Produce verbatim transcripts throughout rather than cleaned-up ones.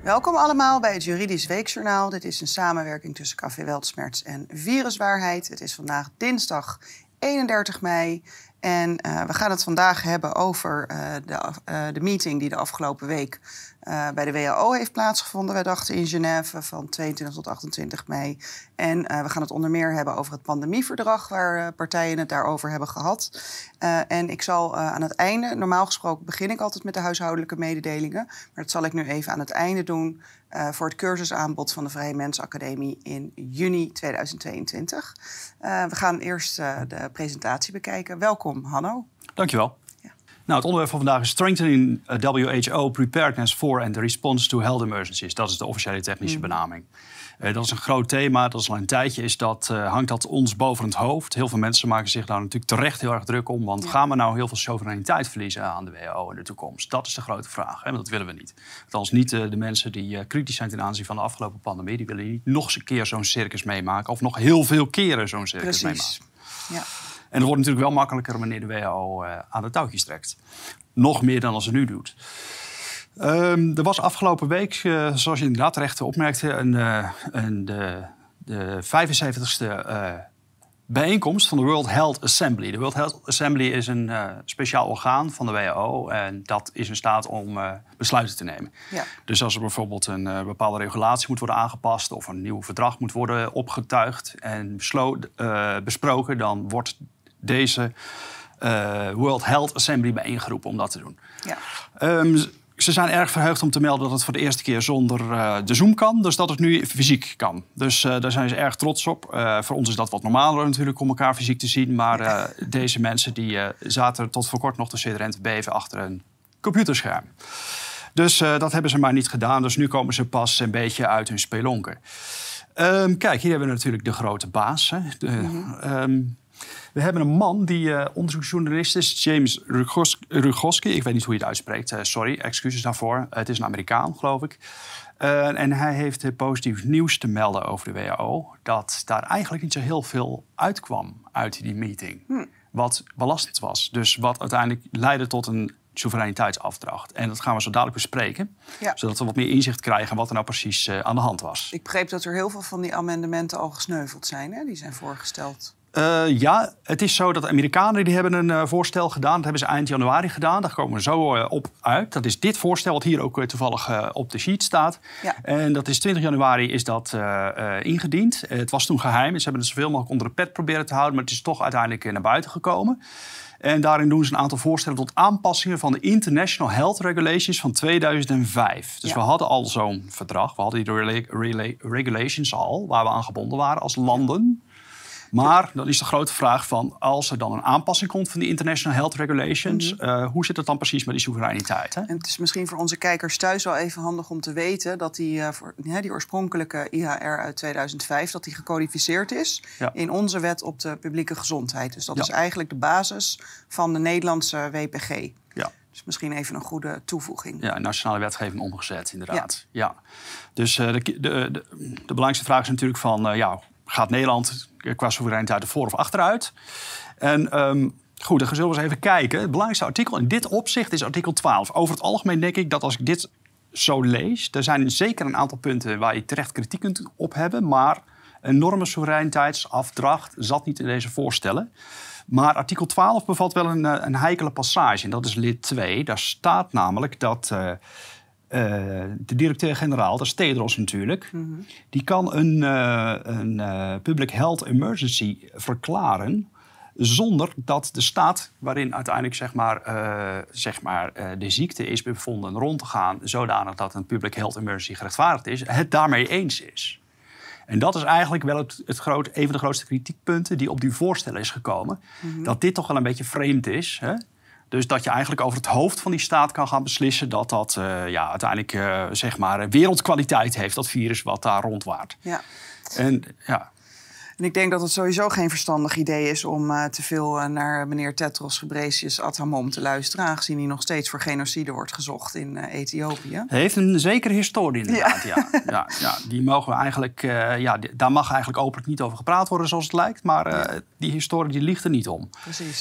Welkom allemaal bij het Juridisch Weekjournaal. Dit is een samenwerking tussen Café Weltsmerts en Viruswaarheid. Het is vandaag dinsdag eenendertig mei. En uh, we gaan het vandaag hebben over uh, de, uh, de meeting die de afgelopen week uh, bij de W H O heeft plaatsgevonden. Wij dachten in Genève van tweeëntwintig tot achtentwintig mei. En uh, we gaan het onder meer hebben over het pandemieverdrag, waar uh, partijen het daarover hebben gehad. Uh, en ik zal uh, aan het einde, normaal gesproken begin ik altijd met de huishoudelijke mededelingen. Maar dat zal ik nu even aan het einde doen uh, voor het cursusaanbod van de Vrije Mensenacademie in juni tweeduizend tweeëntwintig. Uh, we gaan eerst uh, de presentatie bekijken. Welkom, Hanno. Dankjewel. Ja. Nou, het onderwerp van vandaag is Strengthening W H O Preparedness for and the Response to Health Emergencies. Dat is de officiële technische mm. benaming. Uh, dat is een groot thema. Dat is al een tijdje. Is dat, uh, hangt dat ons boven het hoofd. Heel veel mensen maken zich daar natuurlijk terecht heel erg druk om. Want ja. gaan we nou heel veel soevereiniteit verliezen aan de W H O in de toekomst? Dat is de grote vraag. Hè? Want dat willen we niet. Althans niet uh, de mensen die uh, kritisch zijn ten aanzien van de afgelopen pandemie. Die willen niet nog eens een keer zo'n circus meemaken. Of nog heel veel keren zo'n circus Precies. meemaken. Ja. En het wordt natuurlijk wel makkelijker wanneer de W H O uh, aan de touwtjes trekt. Nog meer dan als ze nu doet. Um, er was afgelopen week, uh, zoals je inderdaad terecht opmerkte, een, uh, een, de, de vijfenzeventigste uh, bijeenkomst van de World Health Assembly. De World Health Assembly is een uh, speciaal orgaan van de W H O en dat is in staat om uh, besluiten te nemen. Ja. Dus als er bijvoorbeeld een uh, bepaalde regulatie moet worden aangepast of een nieuw verdrag moet worden opgetuigd en beslo- uh, besproken, dan wordt deze uh, World Health Assembly bijeengeroepen om dat te doen. Ja. Um, Ze zijn erg verheugd om te melden dat het voor de eerste keer zonder uh, de Zoom kan. Dus dat het nu fysiek kan. Dus uh, daar zijn ze erg trots op. Uh, voor ons is dat wat normaler natuurlijk om elkaar fysiek te zien. Maar uh, deze mensen die, uh, zaten tot voor kort nog te sidderen en te beven achter een computerscherm. Dus uh, dat hebben ze maar niet gedaan. Dus nu komen ze pas een beetje uit hun spelonken. Um, kijk, hier hebben we natuurlijk de grote baas. Hè. De, mm-hmm. um, We hebben een man die uh, onderzoeksjournalist is, James Rogoski. Ik weet niet hoe je het uitspreekt, uh, sorry, excuses daarvoor. Uh, het is een Amerikaan, geloof ik. Uh, en hij heeft uh, positief nieuws te melden over de W H O. Dat daar eigenlijk niet zo heel veel uitkwam uit die meeting. Hm. Wat belastend was. Dus wat uiteindelijk leidde tot een soevereiniteitsafdracht. En dat gaan we zo dadelijk bespreken. Ja. Zodat we wat meer inzicht krijgen wat er nou precies uh, aan de hand was. Ik begreep dat er heel veel van die amendementen al gesneuveld zijn, hè? Die zijn voorgesteld. Uh, ja, het is zo dat de Amerikanen die hebben een uh, voorstel gedaan. Dat hebben ze eind januari gedaan. Daar komen we zo uh, op uit. Dat is dit voorstel wat hier ook uh, toevallig uh, op de sheet staat. Ja. En dat is twintig januari is dat uh, uh, ingediend. Uh, het was toen geheim. Ze hebben het zoveel mogelijk onder de pet proberen te houden. Maar het is toch uiteindelijk uh, naar buiten gekomen. En daarin doen ze een aantal voorstellen tot aanpassingen van de International Health Regulations van tweeduizend vijf. Dus ja. we hadden al zo'n verdrag. We hadden die rela- rela- regulations al, waar we aan gebonden waren als landen. Maar dan is de grote vraag van, als er dan een aanpassing komt van die International Health Regulations, mm-hmm. uh, hoe zit het dan precies met die soevereiniteit? Hè? En het is misschien voor onze kijkers thuis wel even handig om te weten dat die, uh, voor, ja, die oorspronkelijke I H R uit tweeduizend vijf, dat die gecodificeerd is ja. in onze wet op de publieke gezondheid. Dus dat ja. is eigenlijk de basis van de Nederlandse W P G. Ja. Dus misschien even een goede toevoeging. Ja, nationale wetgeving omgezet, inderdaad. Ja. Ja. Dus uh, de, de, de, de belangrijkste vraag is natuurlijk van, uh, ja, gaat Nederland qua soevereiniteit ervoor of achteruit? En um, goed, dan zullen we eens even kijken. Het belangrijkste artikel in dit opzicht is artikel twaalf. Over het algemeen denk ik dat als ik dit zo lees, er zijn zeker een aantal punten waar je terecht kritiek kunt op hebben, maar een enorme soevereiniteitsafdracht zat niet in deze voorstellen. Maar artikel twaalf bevat wel een, een heikele passage. En dat is lid twee. Daar staat namelijk dat Uh, Uh, de directeur-generaal, dat is Tedros natuurlijk, mm-hmm. die kan een, uh, een uh, public health emergency verklaren zonder dat de staat waarin uiteindelijk zeg maar, uh, zeg maar, uh, de ziekte is bevonden rond te gaan, zodanig dat een public health emergency gerechtvaardigd is, het daarmee eens is. En dat is eigenlijk wel het, het groot, een van de grootste kritiekpunten die op die voorstellen is gekomen. Mm-hmm. Dat dit toch wel een beetje vreemd is, hè? Dus dat je eigenlijk over het hoofd van die staat kan gaan beslissen dat dat uh, ja, uiteindelijk uh, zeg maar wereldkwaliteit heeft, dat virus wat daar rondwaart. Ja. En, ja. en ik denk dat het sowieso geen verstandig idee is om uh, te veel uh, naar meneer Tedros Ghebreyesus Adhanom te luisteren, aangezien hij nog steeds voor genocide wordt gezocht in uh, Ethiopië. Hij heeft een zekere historie inderdaad, ja. ja. ja, ja die mogen we eigenlijk, uh, ja, die, daar mag eigenlijk openlijk niet over gepraat worden zoals het lijkt, maar uh, ja. die historie die ligt er niet om. Precies.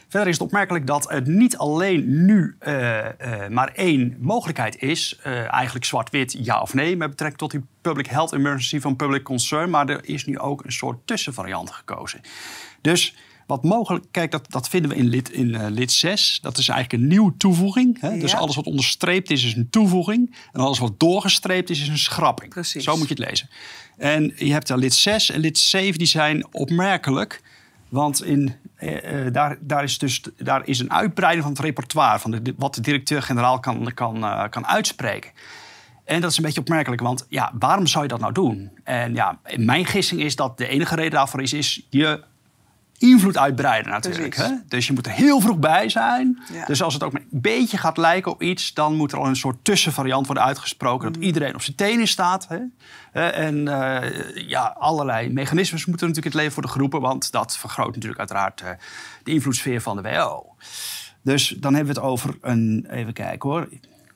Verder is het opmerkelijk dat het niet alleen nu uh, uh, maar één mogelijkheid is. Uh, eigenlijk zwart-wit, ja of nee, met betrekking tot die public health emergency van public concern. Maar er is nu ook een soort tussenvariant gekozen. Dus wat mogelijk, kijk, dat, dat vinden we in lid, in, uh, lid zes. Dat is eigenlijk een nieuwe toevoeging. Hè? Ja. Dus alles wat onderstreept is, is een toevoeging. En alles wat doorgestreept is, is een schrapping. Precies. Zo moet je het lezen. En je hebt daar lid zes en lid zeven, die zijn opmerkelijk. Want in, uh, daar, daar, is dus, daar is een uitbreiding van het repertoire, van de, wat de directeur-generaal kan, kan, uh, kan uitspreken. En dat is een beetje opmerkelijk, want ja, waarom zou je dat nou doen? En ja, mijn gissing is dat de enige reden daarvoor is, is je invloed uitbreiden natuurlijk. Hè? Dus je moet er heel vroeg bij zijn. Ja. Dus als het ook maar een beetje gaat lijken op iets, dan moet er al een soort tussenvariant worden uitgesproken. Mm. Dat iedereen op zijn tenen staat. Hè? En uh, ja, allerlei mechanismes moeten natuurlijk in het leven worden geroepen, want dat vergroot natuurlijk uiteraard uh, de invloedssfeer van de W H O. Dus dan hebben we het over een, even kijken hoor.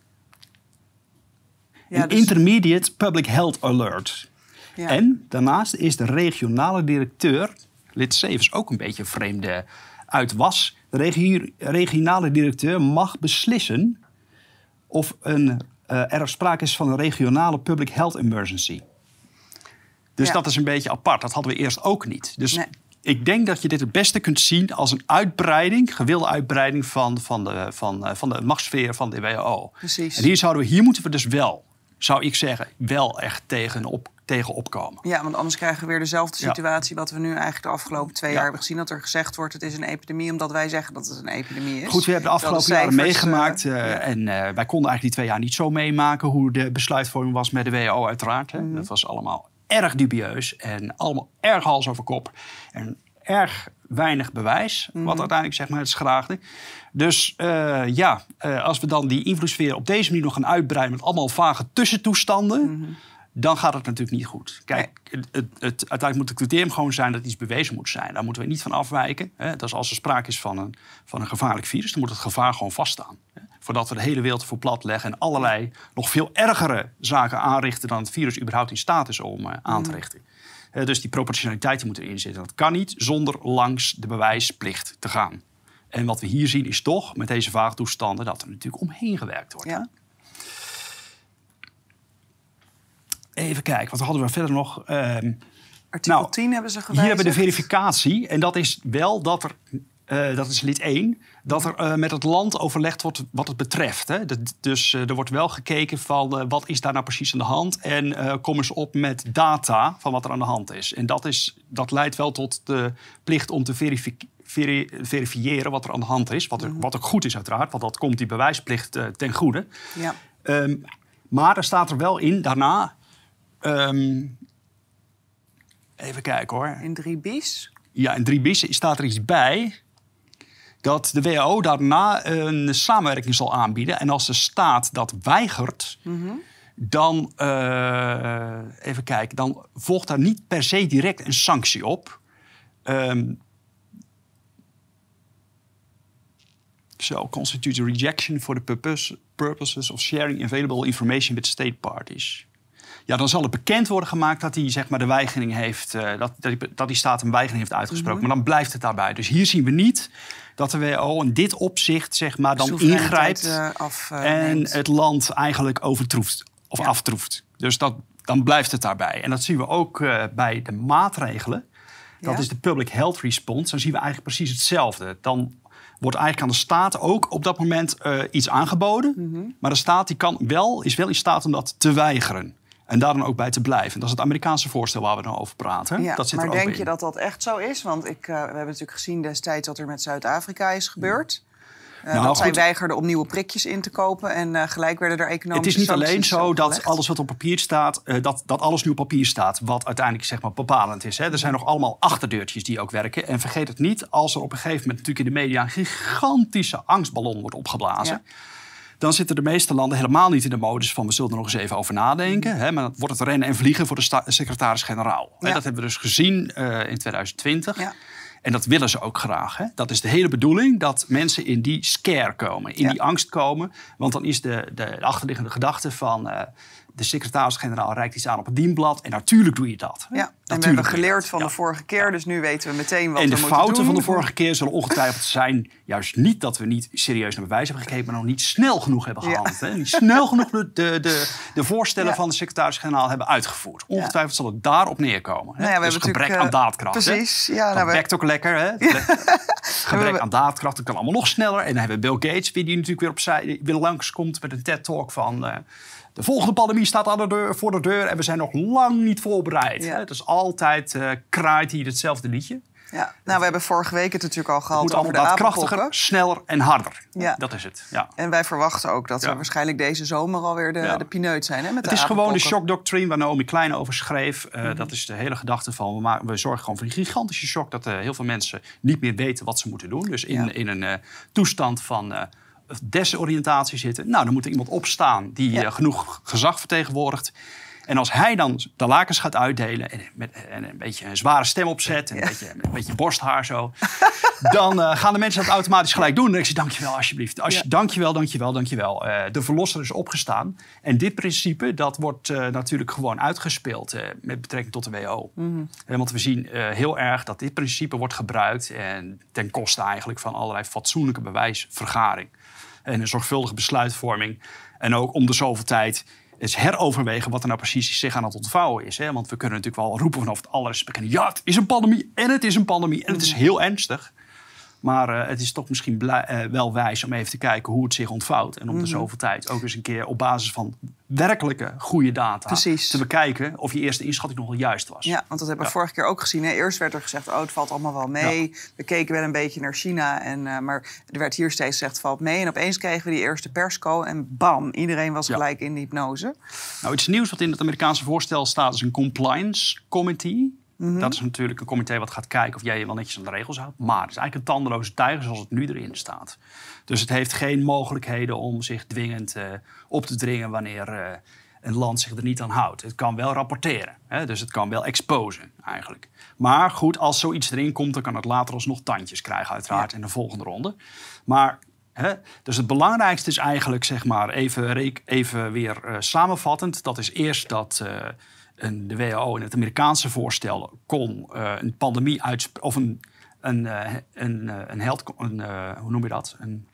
Ja, een dus... intermediate public health alert. Ja. En daarnaast is de regionale directeur, lid zeven is ook een beetje een vreemde uitwas. De regi- regionale directeur mag beslissen of een, uh, er sprake is van een regionale public health emergency. Dus ja. dat is een beetje apart. Dat hadden we eerst ook niet. Dus nee. ik denk dat je dit het beste kunt zien als een uitbreiding, gewilde uitbreiding van, van, de, van, van de machtssfeer van de W H O. Precies. En hier, zouden we, hier moeten we dus wel, zou ik zeggen, wel echt tegen op. tegen opkomen. Ja, want anders krijgen we weer dezelfde situatie... Ja. wat we nu eigenlijk de afgelopen twee ja. jaar hebben gezien. Dat er gezegd wordt, het is een epidemie... omdat wij zeggen dat het een epidemie is. Goed, we hebben de afgelopen de jaren meegemaakt. Uh, ja. En uh, wij konden eigenlijk die twee jaar niet zo meemaken... hoe de besluitvorming was met de W H O uiteraard. Hè. Mm-hmm. Dat was allemaal erg dubieus. En allemaal erg hals over kop. En erg weinig bewijs, mm-hmm. wat uiteindelijk zeg maar het schraagde. Dus uh, ja, uh, als we dan die invloedssfeer op deze manier nog gaan uitbreiden... met allemaal vage tussentoestanden... Mm-hmm. dan gaat het natuurlijk niet goed. Kijk, het, het, het, uiteindelijk moet het criterium gewoon zijn dat iets bewezen moet zijn. Daar moeten we niet van afwijken. Hè. Dat is als er sprake is van een, van een gevaarlijk virus, dan moet het gevaar gewoon vaststaan. Hè. Voordat we de hele wereld voor plat leggen en allerlei nog veel ergere zaken aanrichten dan het virus überhaupt in staat is om uh, aan te richten. Mm. Uh, dus die proportionaliteit die moet erin zitten. Dat kan niet zonder langs de bewijsplicht te gaan. En wat we hier zien is toch, met deze vaagtoestanden, dat er natuurlijk omheen gewerkt wordt. Ja. Even kijken, wat hadden we verder nog? Um, Artikel nou, tien hebben ze gewijzigd. Hier hebben we de verificatie. En dat is wel dat er, uh, dat is lid één... dat er uh, met het land overlegd wordt wat het betreft. Hè. De, dus uh, er wordt wel gekeken van uh, wat is daar nou precies aan de hand... en uh, kom eens op met data van wat er aan de hand is. En dat, is, dat leidt wel tot de plicht om te verifi- veri- verifiëren wat er aan de hand is. Wat, er, mm-hmm. wat ook goed is uiteraard, want dat komt die bewijsplicht uh, ten goede. Ja. Um, maar er staat er wel in daarna... Um, even kijken hoor. In drie bis? Ja, in drie bis staat er iets bij... dat de W H O daarna een samenwerking zal aanbieden. En als de staat dat weigert... Mm-hmm. dan, uh, even kijken, dan volgt daar niet per se direct een sanctie op. Um, So, constitutes a rejection for the purpose, purposes of sharing available information with state parties. Ja, dan zal het bekend worden gemaakt dat hij zeg maar, de weigering heeft, uh, dat, dat, die, dat die staat een weigering heeft uitgesproken. Mm-hmm. Maar dan blijft het daarbij. Dus hier zien we niet dat de W H O in dit opzicht zeg maar, dan ingrijpt uh, af, uh, en neemt. Het land eigenlijk overtroeft of ja. aftroeft. Dus dat, dan blijft het daarbij. En dat zien we ook uh, bij de maatregelen. Dat ja. is de public health response. Dan zien we eigenlijk precies hetzelfde. Dan wordt eigenlijk aan de staat ook op dat moment uh, iets aangeboden. Mm-hmm. Maar de staat die kan wel, is wel in staat om dat te weigeren. En daar dan ook bij te blijven. Dat is het Amerikaanse voorstel waar we dan over praten. Ja, dat zit maar er ook denk in. je dat dat echt zo is? Want ik, uh, we hebben natuurlijk gezien destijds wat er met Zuid-Afrika is gebeurd. Uh, nou, dat zij goed. weigerden om nieuwe prikjes in te kopen. En uh, gelijk werden er economische Het is niet alleen zo opgelegd. dat alles wat op papier staat... Uh, dat, dat alles nu op papier staat, wat uiteindelijk zeg maar, bepalend is. Hè. Er zijn nog allemaal achterdeurtjes die ook werken. En vergeet het niet, als er op een gegeven moment... natuurlijk in de media een gigantische angstballon wordt opgeblazen... Ja. Dan zitten de meeste landen helemaal niet in de modus van... we zullen er nog eens even over nadenken. Hè, maar dan wordt het rennen en vliegen voor de sta- secretaris-generaal. Ja. Hè, dat hebben we dus gezien uh, in twintig twintig. Ja. En dat willen ze ook graag. Hè. Dat is de hele bedoeling, dat mensen in die scare komen. In ja. die angst komen. Want dan is de, de achterliggende gedachte van... Uh, De secretaris-generaal reikt iets aan op het dienblad. En natuurlijk doe je dat. Ja, en we hebben geleerd van ja. de vorige keer. Dus nu weten we meteen wat en we moeten doen. En de fouten van de vorige keer keer zullen ongetwijfeld zijn... juist niet dat we niet serieus naar bewijs hebben gekeken... maar nog niet snel genoeg hebben gehandeld. Ja. Niet snel genoeg de, de, de, de voorstellen ja. van de secretaris-generaal hebben uitgevoerd. Ongetwijfeld ja. zal het daarop neerkomen. Hè? Nou ja, we dus gebrek uh, aan daadkracht. Precies. Hè? Ja, dat nou, werkt we... ook lekker. Hè? Gebrek aan daadkracht, dat kan allemaal nog sneller. En dan hebben we Bill Gates, die natuurlijk weer opzij weer langskomt... met een TED-talk van... Uh, de volgende pandemie staat aan de deur, voor de deur en we zijn nog lang niet voorbereid. Ja. Het is altijd uh, kraait hier hetzelfde liedje. Ja. Nou, we hebben vorige week het natuurlijk al gehad het over de krachtiger, apenpokken. sneller en harder. Ja. Dat is het. Ja. En wij verwachten ook dat ja. we waarschijnlijk deze zomer alweer de, ja. de pineut zijn. Hè, met het de is apenpokken. gewoon de shock doctrine waar Naomi Klein over schreef. Uh, mm-hmm. Dat is de hele gedachte van, we, maken, we zorgen gewoon voor een gigantische shock... dat uh, heel veel mensen niet meer weten wat ze moeten doen. Dus in, ja. in een uh, toestand van... Uh, desoriëntatie zitten. Nou, dan moet er iemand opstaan die ja. uh, genoeg gezag vertegenwoordigt. En als hij dan de lakens gaat uitdelen... en, met, en een beetje een zware stem opzet... en ja. een, beetje, een beetje borsthaar zo... dan uh, gaan de mensen dat automatisch gelijk doen. En ik zeg, dankjewel alsjeblieft. Als je, ja. Dankjewel, dankjewel, dankjewel. Uh, de verlosser is opgestaan. En dit principe, dat wordt uh, natuurlijk gewoon uitgespeeld... Uh, met betrekking tot de W H O. Mm-hmm. Uh, want we zien uh, heel erg dat dit principe wordt gebruikt... en ten koste eigenlijk van allerlei fatsoenlijke bewijsvergaring. En een zorgvuldige besluitvorming. En ook om de zoveel tijd... eens heroverwegen wat er nou precies zich aan het ontvouwen is. Hè? Want we kunnen natuurlijk wel roepen vanaf het allereerste begin... ja, het is een pandemie en het is een pandemie en het is heel ernstig. Maar uh, het is toch misschien blij, uh, wel wijs om even te kijken hoe het zich ontvouwt. En om mm-hmm. de zoveel tijd ook eens een keer op basis van werkelijke goede data... Precies. te bekijken of je eerste inschatting nog wel juist was. Ja, want dat hebben we ja. vorige keer ook gezien. Hè? Eerst werd er gezegd, oh, het valt allemaal wel mee. Ja. We keken wel een beetje naar China. En, uh, maar er werd hier steeds gezegd, het valt mee. En opeens kregen we die eerste persco en bam, iedereen was ja. gelijk in de hypnose. Nou, iets nieuws wat in het Amerikaanse voorstel staat... is een compliance committee... Mm-hmm. Dat is natuurlijk een comité wat gaat kijken of jij je wel netjes aan de regels houdt. Maar het is eigenlijk een tandeloze tijger zoals het nu erin staat. Dus het heeft geen mogelijkheden om zich dwingend uh, op te dringen wanneer uh, een land zich er niet aan houdt. Het kan wel rapporteren, hè? Dus het kan wel exposen eigenlijk. Maar goed, als zoiets erin komt, dan kan het later alsnog tandjes krijgen uiteraard ja. in de volgende ronde. Maar... He, dus het belangrijkste is eigenlijk, zeg maar, even, even weer uh, samenvattend. Dat is eerst dat uh, een, de W H O in het Amerikaanse voorstel kon uh, een pandemie uitspreken. Of een, een, uh, een, uh, een held, een, uh, hoe noem je dat? Een,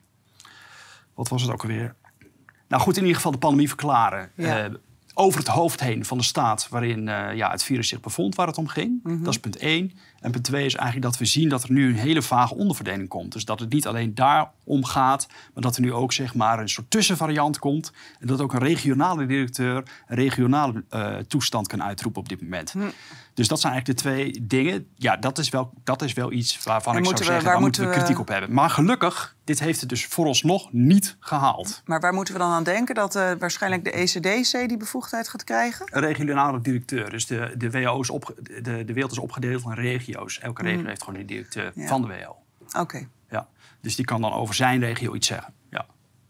wat was het ook alweer? Nou goed, in ieder geval de pandemie verklaren. Ja. Uh, over het hoofd heen van de staat waarin uh, ja, het virus zich bevond, waar het om ging. Mm-hmm. Dat is punt één. En punt twee is eigenlijk dat we zien dat er nu een hele vage onderverdeling komt. Dus dat het niet alleen daarom gaat, maar dat er nu ook zeg maar een soort tussenvariant komt. En dat ook een regionale directeur een regionale uh, toestand kan uitroepen op dit moment. Mm. Dus dat zijn eigenlijk de twee dingen. Ja, dat is wel, dat is wel iets waarvan en ik zou we, zeggen, waar, waar moeten we kritiek op hebben. Maar gelukkig, dit heeft het dus vooralsnog niet gehaald. Maar waar moeten we dan aan denken? Dat uh, waarschijnlijk de E C D C die bevoegdheid gaat krijgen? Een regionale directeur. Dus de, de, W H O is op, de, de wereld is opgedeeld in regio's. Elke regio mm. heeft gewoon een directeur ja. van de W H O. Oké. Okay. Ja. Dus die kan dan over zijn regio iets zeggen. Ja.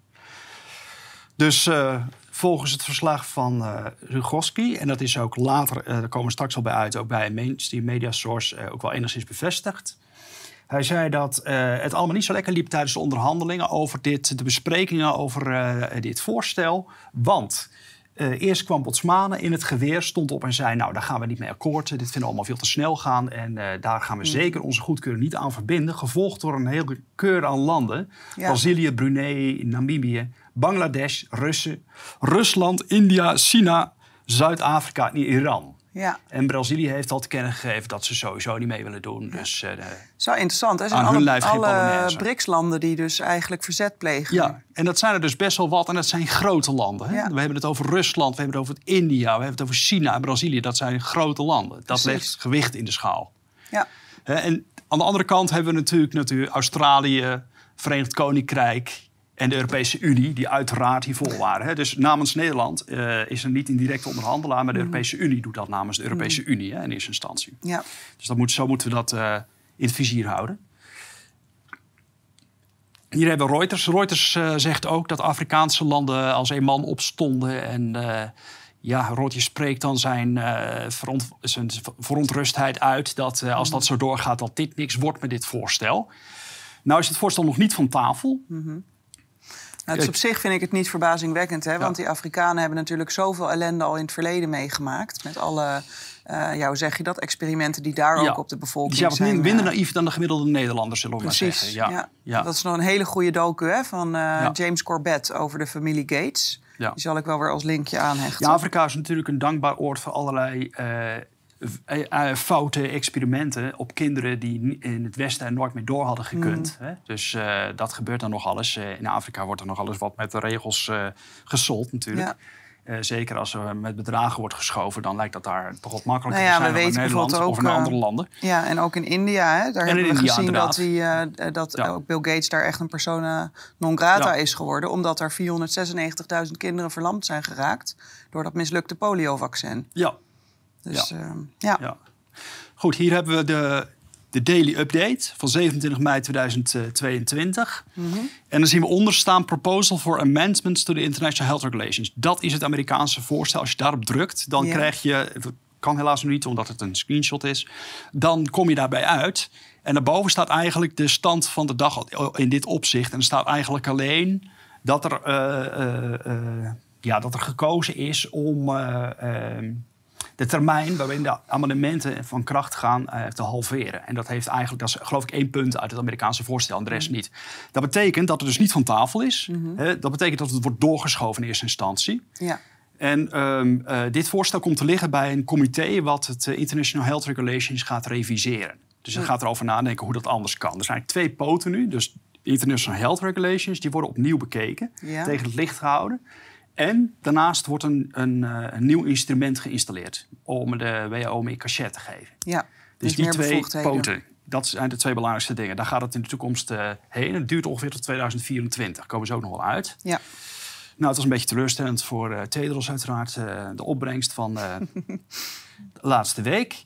Dus uh, volgens het verslag van uh, Rugowski... en dat is ook later, uh, daar komen we straks al bij uit... ook bij een mainstream media source uh, ook wel enigszins bevestigd. Hij zei dat uh, het allemaal niet zo lekker liep tijdens de onderhandelingen... over dit, de besprekingen over uh, dit voorstel. Want uh, eerst kwam Botswana in het geweer, stond op en zei... nou, daar gaan we niet mee akkoord, dit vinden we allemaal veel te snel gaan... en uh, daar gaan we mm. zeker onze goedkeuring niet aan verbinden... gevolgd door een hele keur aan landen. Ja. Brazilië, Brunei, Namibië... Bangladesh, Russen, Rusland, India, China, Zuid-Afrika en Iran. Ja. En Brazilië heeft al te kennen gegeven dat ze sowieso niet mee willen doen. Ja. Dus, uh, zo interessant, hè? Zijn alle, alle B R I C S-landen die dus eigenlijk verzet plegen. Ja, en dat zijn er dus best wel wat. En dat zijn grote landen. Hè? Ja. We hebben het over Rusland, we hebben het over India, we hebben het over China en Brazilië. Dat zijn grote landen. Dat Precies. legt gewicht in de schaal. Ja. Uh, en aan de andere kant hebben we natuurlijk, natuurlijk Australië, Verenigd Koninkrijk... en de Europese Unie, die uiteraard hiervoor waren. Hè. Dus namens Nederland uh, is er niet een directe onderhandelaar... maar de Europese Unie doet dat namens de Europese Unie hè, in eerste instantie. Ja. Dus dat moet, zo moeten we dat uh, in het vizier houden. Hier hebben we Reuters. Reuters uh, zegt ook dat Afrikaanse landen als een man opstonden... en uh, ja, Reuters spreekt dan zijn, uh, veront, zijn verontrustheid uit... dat uh, als dat zo doorgaat, dat dit niks wordt met dit voorstel. Nou is het voorstel nog niet van tafel... Mm-hmm. Nou, dus op zich vind ik het niet verbazingwekkend. Hè? Want ja. die Afrikanen hebben natuurlijk zoveel ellende al in het verleden meegemaakt. Met alle, uh, ja, hoe zeg je dat, experimenten die daar ja. ook op de bevolking zijn. Die zijn wat minder uh, naïef dan de gemiddelde Nederlanders, zullen we maar zeggen. Ja. Ja. Ja. Dat is nog een hele goede docu hè, van uh, ja. James Corbett over de familie Gates. Ja. Die zal ik wel weer als linkje aanhechten. Ja, Afrika is natuurlijk een dankbaar oord voor allerlei uh, uh, foute experimenten op kinderen die in het Westen nooit meer door hadden gekund. Mm. Hè? Dus uh, dat gebeurt dan nog alles. Uh, in Afrika wordt er nog alles wat met de regels uh, gesold natuurlijk. Ja. Uh, zeker als er met bedragen wordt geschoven, dan lijkt dat daar toch wat makkelijker nou ja, te zijn dan in Nederland ook, of in andere landen. Ja, en ook in India. Hè? Daar en hebben we India, gezien inderdaad. dat, die, uh, dat ja. ook Bill Gates daar echt een persona non grata ja. is geworden. Omdat er vierhonderdzesennegentigduizend kinderen verlamd zijn geraakt door dat mislukte poliovaccin. Ja. Dus, ja. Uh, ja. ja. Goed, hier hebben we de, de Daily Update van zevenentwintig mei tweeduizend tweeëntwintig. Mm-hmm. En dan zien we onder staan Proposal for Amendments to the International Health Regulations. Dat is het Amerikaanse voorstel. Als je daarop drukt, dan yeah. krijg je... Dat kan helaas nog niet, omdat het een screenshot is. Dan kom je daarbij uit. En daarboven staat eigenlijk de stand van de dag in dit opzicht. En er staat eigenlijk alleen dat er, uh, uh, uh, ja, dat er gekozen is om... Uh, uh, de termijn waarin de amendementen van kracht gaan uh, te halveren. En dat heeft eigenlijk, dat is geloof ik één punt uit het Amerikaanse voorstel en de rest mm-hmm. niet. Dat betekent dat het dus niet van tafel is. Mm-hmm. Hè? Dat betekent dat het wordt doorgeschoven in eerste instantie. Ja. En um, uh, dit voorstel komt te liggen bij een comité wat het uh, International Health Regulations gaat reviseren. Dus dat mm. gaat erover nadenken hoe dat anders kan. Er zijn twee poten nu, dus International Health Regulations, die worden opnieuw bekeken, ja. tegen het licht gehouden. En daarnaast wordt een, een, een nieuw instrument geïnstalleerd om de W H O meer cachet te geven. Ja, dus die twee poten, dat zijn de twee belangrijkste dingen. Daar gaat het in de toekomst uh, heen. Het duurt ongeveer tot tweeduizend vierentwintig. Daar komen ze ook nog wel uit. Ja. Nou, het was een beetje teleurstellend voor uh, Tedros uiteraard. Uh, de opbrengst van uh, de laatste week.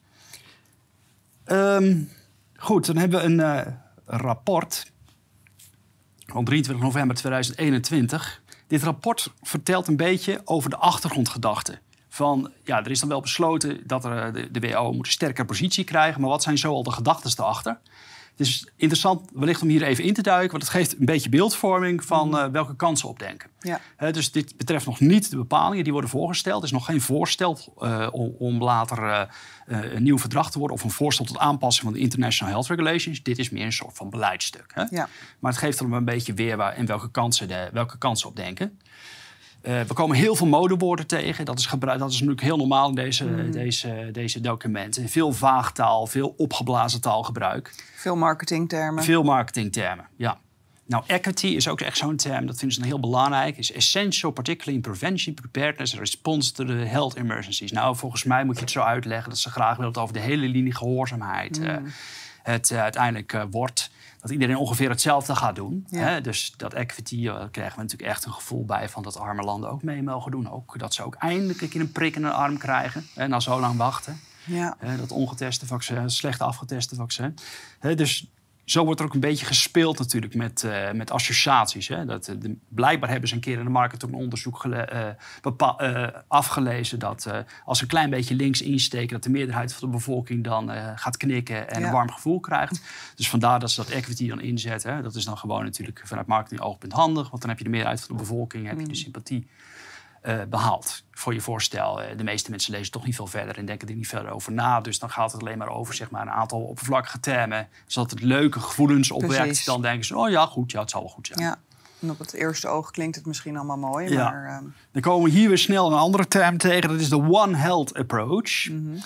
Um, goed, dan hebben we een uh, rapport van drieëntwintig november tweeduizend eenentwintig... Dit rapport vertelt een beetje over de achtergrondgedachten. Van, ja, er is dan wel besloten dat er, de, de W H O moet een sterkere positie krijgen. Maar wat zijn zo al de gedachten erachter? Het is interessant wellicht om hier even in te duiken. Want het geeft een beetje beeldvorming van uh, welke kansen opdenken. Ja. Uh, dus dit betreft nog niet de bepalingen die worden voorgesteld. Er is nog geen voorstel uh, om, om later uh, uh, een nieuw verdrag te worden. Of een voorstel tot aanpassing van de International Health Regulations. Dit is meer een soort van beleidstuk. Hè? Ja. Maar het geeft er een beetje weerwaar en welke kansen, de, welke kansen opdenken. Uh, we komen heel veel modewoorden tegen. Dat is, gebruik, dat is natuurlijk heel normaal in deze, mm. deze, deze documenten. Veel vaagtaal, veel opgeblazen taalgebruik. Veel marketingtermen. Veel marketingtermen, ja. Nou, equity is ook echt zo'n term, dat vinden ze dan heel belangrijk. Is essential, particularly in prevention, preparedness and response to the health emergencies. Nou, volgens mij moet je het zo uitleggen dat ze graag willen het over de hele linie gehoorzaamheid mm. uh, het uh, uiteindelijk uh, wordt. Dat iedereen ongeveer hetzelfde gaat doen. Ja. Hè? Dus dat equity, uh, daar krijgen we natuurlijk echt een gevoel bij van dat arme landen ook mee mogen doen. Ook dat ze ook eindelijk een keer een prik in hun arm krijgen. Hè? Na zo lang wachten. Ja. Hè? Dat ongeteste vaccin, slecht afgeteste vaccin. Hè? Dus zo wordt er ook een beetje gespeeld natuurlijk met, uh, met associaties. Hè? Dat, uh, de, blijkbaar hebben ze een keer in de markt een onderzoek gele, uh, bepa- uh, afgelezen... dat uh, als ze een klein beetje links insteken... dat de meerderheid van de bevolking dan uh, gaat knikken en ja. een warm gevoel krijgt. Dus vandaar dat ze dat equity dan inzetten. Hè? Dat is dan gewoon natuurlijk vanuit marketing-oogpunt handig... want dan heb je de meerderheid van de bevolking, heb je de sympathie uh, behaald voor je voorstel. Uh, de meeste mensen lezen toch niet veel verder en denken er niet verder over na. Dus dan gaat het alleen maar over zeg maar, een aantal oppervlakkige termen. Zodat het leuke gevoelens opwekt. Precies. Dan denken ze, oh ja, goed, ja, het zal wel goed zijn. Ja. En op het eerste oog klinkt het misschien allemaal mooi. Ja. Maar, um... Dan komen we hier weer snel een andere term tegen. Dat is de One Health Approach. Mm-hmm.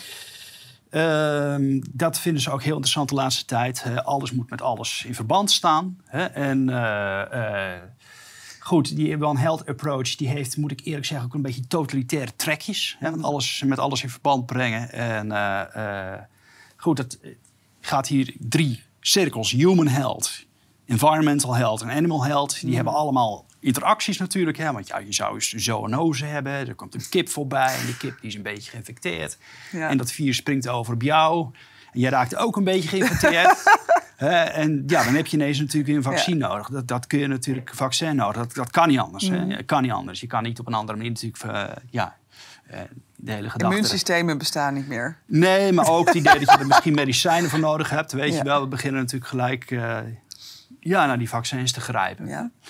Uh, dat vinden ze ook heel interessant de laatste tijd. Uh, alles moet met alles in verband staan. Hè? En uh, uh, goed, die One Health Approach die heeft, moet ik eerlijk zeggen, ook een beetje totalitaire trekjes. Hè? Want alles met alles in verband brengen. En uh, uh, goed, dat gaat hier drie cirkels. Human health, environmental health en animal health. Die mm. hebben allemaal interacties natuurlijk. Hè? Want ja, je zou zoonose hebben. Er komt een kip voorbij en die kip die is een beetje geïnfecteerd. Ja. En dat virus springt over op jou. En jij raakt ook een beetje geïnfecteerd. uh, en ja, dan heb je ineens natuurlijk weer een vaccin ja. nodig. Dat, dat kun je natuurlijk, een vaccin nodig. Dat, dat kan niet anders. Mm. Hè? Kan niet anders. Je kan niet op een andere manier natuurlijk... Uh, ja, uh, de hele gedachte. Immuunsystemen bestaan niet meer. Nee, maar ook het idee dat je er misschien medicijnen voor nodig hebt. Weet ja. je wel, we beginnen natuurlijk gelijk... Uh, ja, naar die vaccins te grijpen. Ja.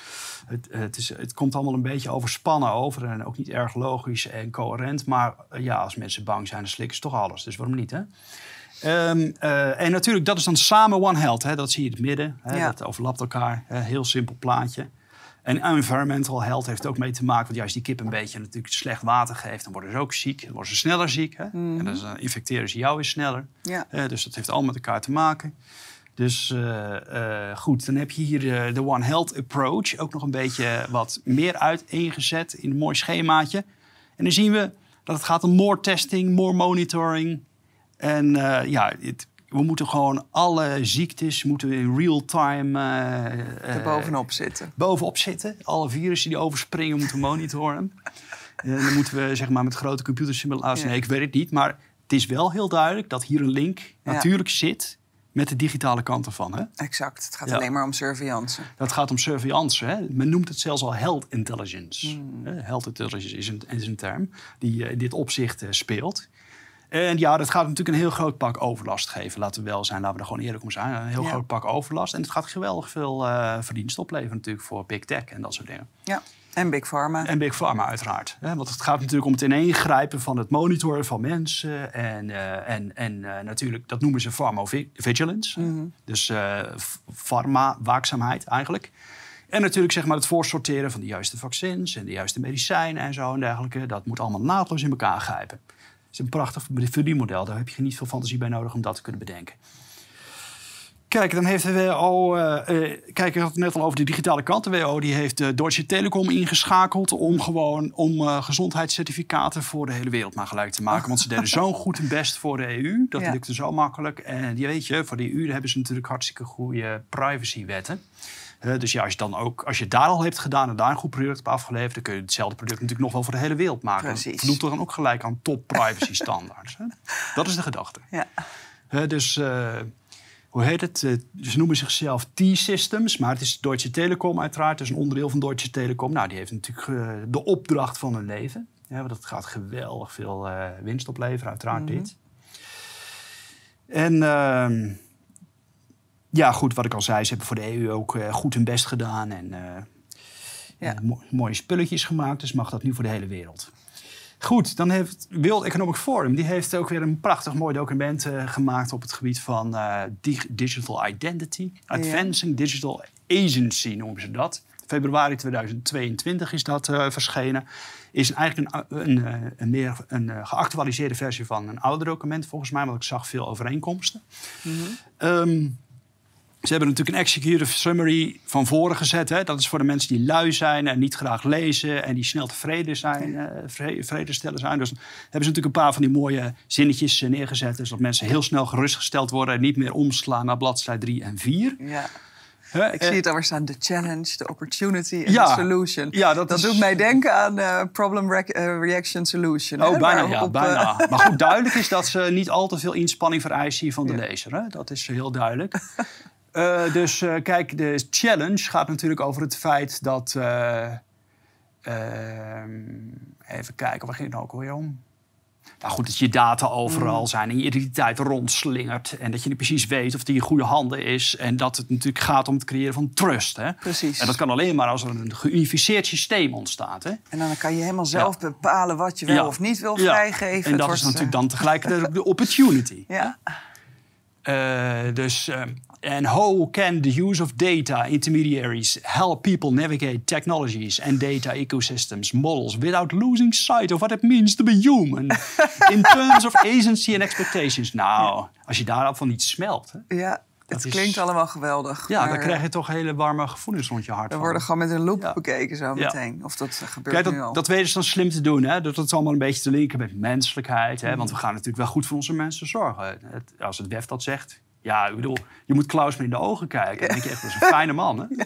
Het, het, is, het komt allemaal een beetje overspannen over en ook niet erg logisch en coherent. Maar uh, ja, als mensen bang zijn, dan slikken ze toch alles. Dus waarom niet, hè? Um, uh, en natuurlijk, dat is dan samen One Health. Hè? Dat zie je in het midden. Hè? Ja. Dat overlapt elkaar. Hè? Heel simpel plaatje. En environmental health heeft ook mee te maken. Want als die kip een beetje natuurlijk slecht water geeft, dan worden ze ook ziek. Dan worden ze sneller ziek. Hè? Mm-hmm. En dan uh, infecteren ze jou weer sneller. Ja. Uh, dus dat heeft allemaal met elkaar te maken. Dus uh, uh, goed, dan heb je hier de, de One Health approach. Ook nog een beetje wat meer uiteengezet in een mooi schemaatje. En dan zien we dat het gaat om more testing, more monitoring. En uh, ja, het, we moeten gewoon alle ziektes moeten in real time uh, er bovenop zitten. Bovenop zitten. Alle virussen die overspringen moeten we monitoren. En dan moeten we zeg maar met grote computersimulaties. Ja. Nee, ik weet het niet. Maar het is wel heel duidelijk dat hier een link ja. natuurlijk zit met de digitale kant ervan. Hè? Exact. Het gaat ja. alleen maar om surveillance. Dat gaat om surveillance. Hè? Men noemt het zelfs al health intelligence. Mm. Health intelligence is een, is een term die uh, in dit opzicht uh, speelt. En ja, dat gaat natuurlijk een heel groot pak overlast geven. Laten we wel zijn, laten we er gewoon eerlijk om zijn. Een heel ja. groot pak overlast. En het gaat geweldig veel uh, verdienst opleveren natuurlijk voor Big Tech en dat soort dingen. Ja, en Big Pharma. En Big Pharma uiteraard. Hè? Want het gaat natuurlijk om het ineengrijpen van het monitoren van mensen. En, uh, en, en uh, natuurlijk, dat noemen ze pharmacovigilance. Mm-hmm. Dus uh, pharma-waakzaamheid eigenlijk. En natuurlijk zeg maar het voorsorteren van de juiste vaccins en de juiste medicijnen en zo en dergelijke. Dat moet allemaal naadloos in elkaar grijpen. Het is een prachtig verdienmodel. Daar heb je niet veel fantasie bij nodig om dat te kunnen bedenken. Kijk, dan heeft de W H O... Uh, uh, kijk, ik had het net al over de digitale kant. De W H O die heeft de Deutsche Telekom ingeschakeld om gewoon om uh, gezondheidscertificaten voor de hele wereld maar gelijk te maken. Want ze deden zo goed hun best voor de E U. Dat ja. lukte zo makkelijk. En je weet je, voor de E U hebben ze natuurlijk hartstikke goede privacywetten. Uh, dus ja, als je, dan ook, als je het daar al hebt gedaan en daar een goed product op afgeleverd, dan kun je hetzelfde product natuurlijk nog wel voor de hele wereld maken. Precies. Dat voldoet er dan ook gelijk aan top privacy standaards. Hè? Dat is de gedachte. Ja. Uh, dus, uh, hoe heet het? Uh, ze noemen zichzelf T-Systems, maar het is Deutsche Telekom uiteraard. Het is een onderdeel van Deutsche Telekom. Nou, die heeft natuurlijk uh, de opdracht van hun leven. Ja, want dat gaat geweldig veel uh, winst opleveren, uiteraard mm-hmm. dit. En... Uh, Ja, goed, wat ik al zei, ze hebben voor de E U ook uh, goed hun best gedaan en uh, ja. uh, mo- mooie spulletjes gemaakt. Dus mag dat nu voor de hele wereld. Goed, dan heeft het World Economic Forum, die heeft ook weer een prachtig mooi document uh, gemaakt op het gebied van uh, dig- digital identity. Advancing ja. Digital Agency noemen ze dat. Februari tweeduizend tweeëntwintig is dat uh, verschenen. Is eigenlijk een, een, een, een meer een uh, geactualiseerde versie van een ouder document volgens mij, want ik zag veel overeenkomsten. Mm-hmm. Um, Ze hebben natuurlijk een executive summary van voren gezet. Hè? Dat is voor de mensen die lui zijn en niet graag lezen en die snel tevreden zijn, uh, vrede stellen zijn. Dus hebben ze natuurlijk een paar van die mooie zinnetjes neergezet. Dus dat mensen heel snel gerustgesteld worden en niet meer omslaan naar bladzijde drie en vier. Ja. Huh? Ik zie het alweer staan. De challenge, de opportunity en ja, de solution. Ja, dat dat is... doet mij denken aan uh, problem re- uh, reaction solution. Oh, hè? bijna, ja, op, bijna. Uh... Maar goed, duidelijk is dat ze niet al te veel inspanning vereisen hier van de ja. lezer. Hè? Dat is heel duidelijk. Uh, dus uh, kijk, de challenge gaat natuurlijk over het feit dat... Uh, uh, even kijken, waar ging het nou ook alweer om? Nou goed, dat je data overal mm. zijn en je identiteit rondslingert. En dat je niet precies weet of die in goede handen is. En dat het natuurlijk gaat om het creëren van trust. Hè? Precies. En dat kan alleen maar als er een geunificeerd systeem ontstaat. Hè? En dan kan je helemaal zelf ja. bepalen wat je wel ja. of niet wil vrijgeven. Ja. En dat wordt, is natuurlijk dan tegelijkertijd de opportunity. Ja. Uh, dus... Uh, And how can the use of data intermediaries help people navigate technologies and data ecosystems models without losing sight of what it means to be human in terms of agency and expectations? Nou, als je daarop van niet smelt. Hè, ja, het is... klinkt allemaal geweldig. Ja, maar dan krijg je toch hele warme gevoelens rond je hart. We worden gewoon met een loop ja. bekeken zo meteen. Ja. Of dat gebeurt Kijk, dat, nu al. Dat weten ze dan slim te doen. Hè? Dat het allemaal een beetje te linken met menselijkheid. Hè? Mm. Want we gaan natuurlijk wel goed voor onze mensen zorgen. Het, als het W E F dat zegt... Ja, ik bedoel, je moet Klaus maar in de ogen kijken. Ja. Dan denk je echt, dat is een fijne man, hè? Ja.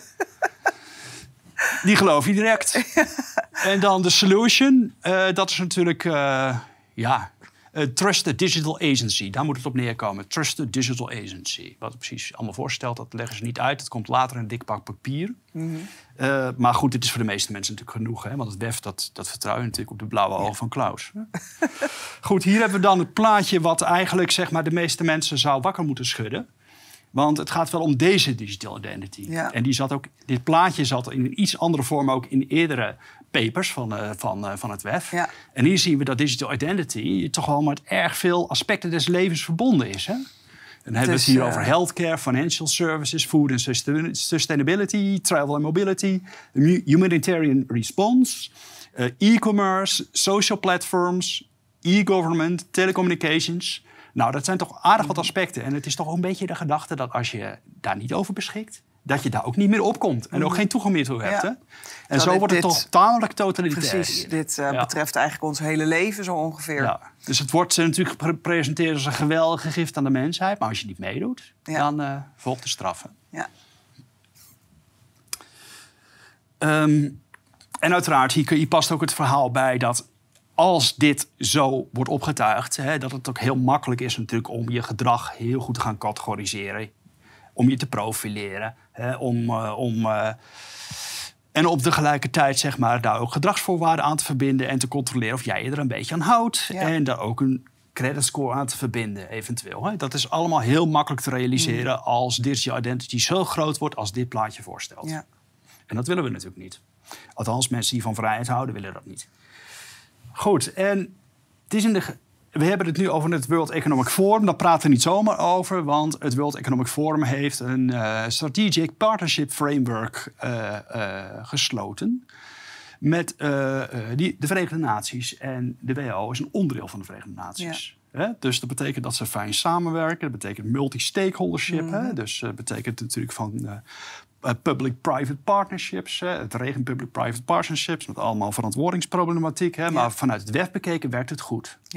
Die geloof je direct. Ja. En dan de solution, uh, dat is natuurlijk, uh, ja... Uh, Trusted Digital Agency, daar moet het op neerkomen. Trusted Digital Agency. Wat het precies allemaal voorstelt, dat leggen ze niet uit. Dat komt later in een dik pak papier. Mm-hmm. Uh, maar goed, dit is voor de meeste mensen natuurlijk genoeg. Hè? Want het W E F, dat, dat vertrouw je natuurlijk op de blauwe ogen ja. van Klaus. Goed, hier hebben we dan het plaatje wat eigenlijk zeg maar, de meeste mensen zou wakker moeten schudden. Want het gaat wel om deze digital identity. Ja. En die zat ook, dit plaatje zat in een iets andere vorm ook in eerdere papers van, uh, van, uh, van het W E F. Ja. En hier zien we dat digital identity toch wel met erg veel aspecten des levens verbonden is. Hè? Dan hebben we het hier uh... over healthcare, financial services, food and sustainability, travel and mobility, humanitarian response, uh, e-commerce, social platforms, e-government, telecommunications. Nou, dat zijn toch aardig wat aspecten. En het is toch een beetje de gedachte dat als je daar niet over beschikt, dat je daar ook niet meer op komt. En ook geen toegang meer toe hebt. Ja. Hè? En zo dit, wordt het dit, toch tamelijk totalitair. Precies, hier. dit uh, ja. betreft eigenlijk ons hele leven zo ongeveer. Ja. Dus het wordt natuurlijk gepresenteerd als een geweldige gift aan de mensheid. Maar als je niet meedoet, ja. dan uh, volgt de straffen. Ja. Um, en uiteraard, hier, hier past ook het verhaal bij dat als dit zo wordt opgetuigd, hè, dat het ook heel makkelijk is natuurlijk om je gedrag heel goed te gaan categoriseren. Om je te profileren. Hè, om, uh, om, uh, en op tegelijkertijd zeg maar, daar ook gedragsvoorwaarden aan te verbinden en te controleren of jij je er een beetje aan houdt. Ja. En daar ook een creditscore aan te verbinden, eventueel. Hè. Dat is allemaal heel makkelijk te realiseren mm. als digital identity zo groot wordt als dit plaatje voorstelt. Ja. En dat willen we natuurlijk niet. Althans, mensen die van vrijheid houden, willen dat niet. Goed, en het is in de, we hebben het nu over het World Economic Forum. Daar praten we niet zomaar over, want het World Economic Forum heeft een uh, Strategic Partnership Framework uh, uh, gesloten met uh, uh, die, de Verenigde Naties. En de W H O is een onderdeel van de Verenigde Naties. Ja. Hè? Dus dat betekent dat ze fijn samenwerken. Dat betekent multi-stakeholdership. Mm-hmm. Hè? Dus dat uh, betekent natuurlijk van Uh, Uh, public-private partnerships, hè, het regen public-private partnerships, met allemaal verantwoordingsproblematiek. Hè, ja. Maar vanuit het W E F bekeken werkt het goed. Ja.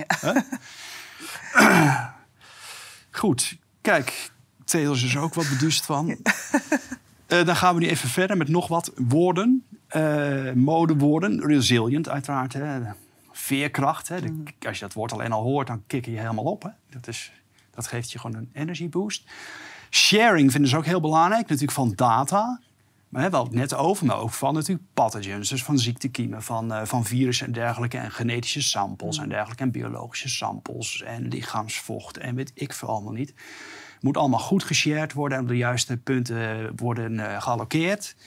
Goed, kijk, Theos is er ook wat beduust van. Ja. Uh, dan gaan we nu even verder met nog wat woorden. Uh, modewoorden, resilient uiteraard. Hè. Veerkracht. Hè. De, mm. Als je dat woord alleen al hoort, dan kikker je helemaal op. Hè. Dat, is, dat geeft je gewoon een energy boost. Sharing vinden ze ook heel belangrijk, natuurlijk van data. Maar we hadden het net over, maar ook van natuurlijk pathogens. Dus van ziektekiemen, van, uh, van virussen en dergelijke. En genetische samples mm. en dergelijke. En biologische samples en lichaamsvocht en weet ik veel allemaal niet. Het moet allemaal goed geshared worden en op de juiste punten worden uh, gealloceerd.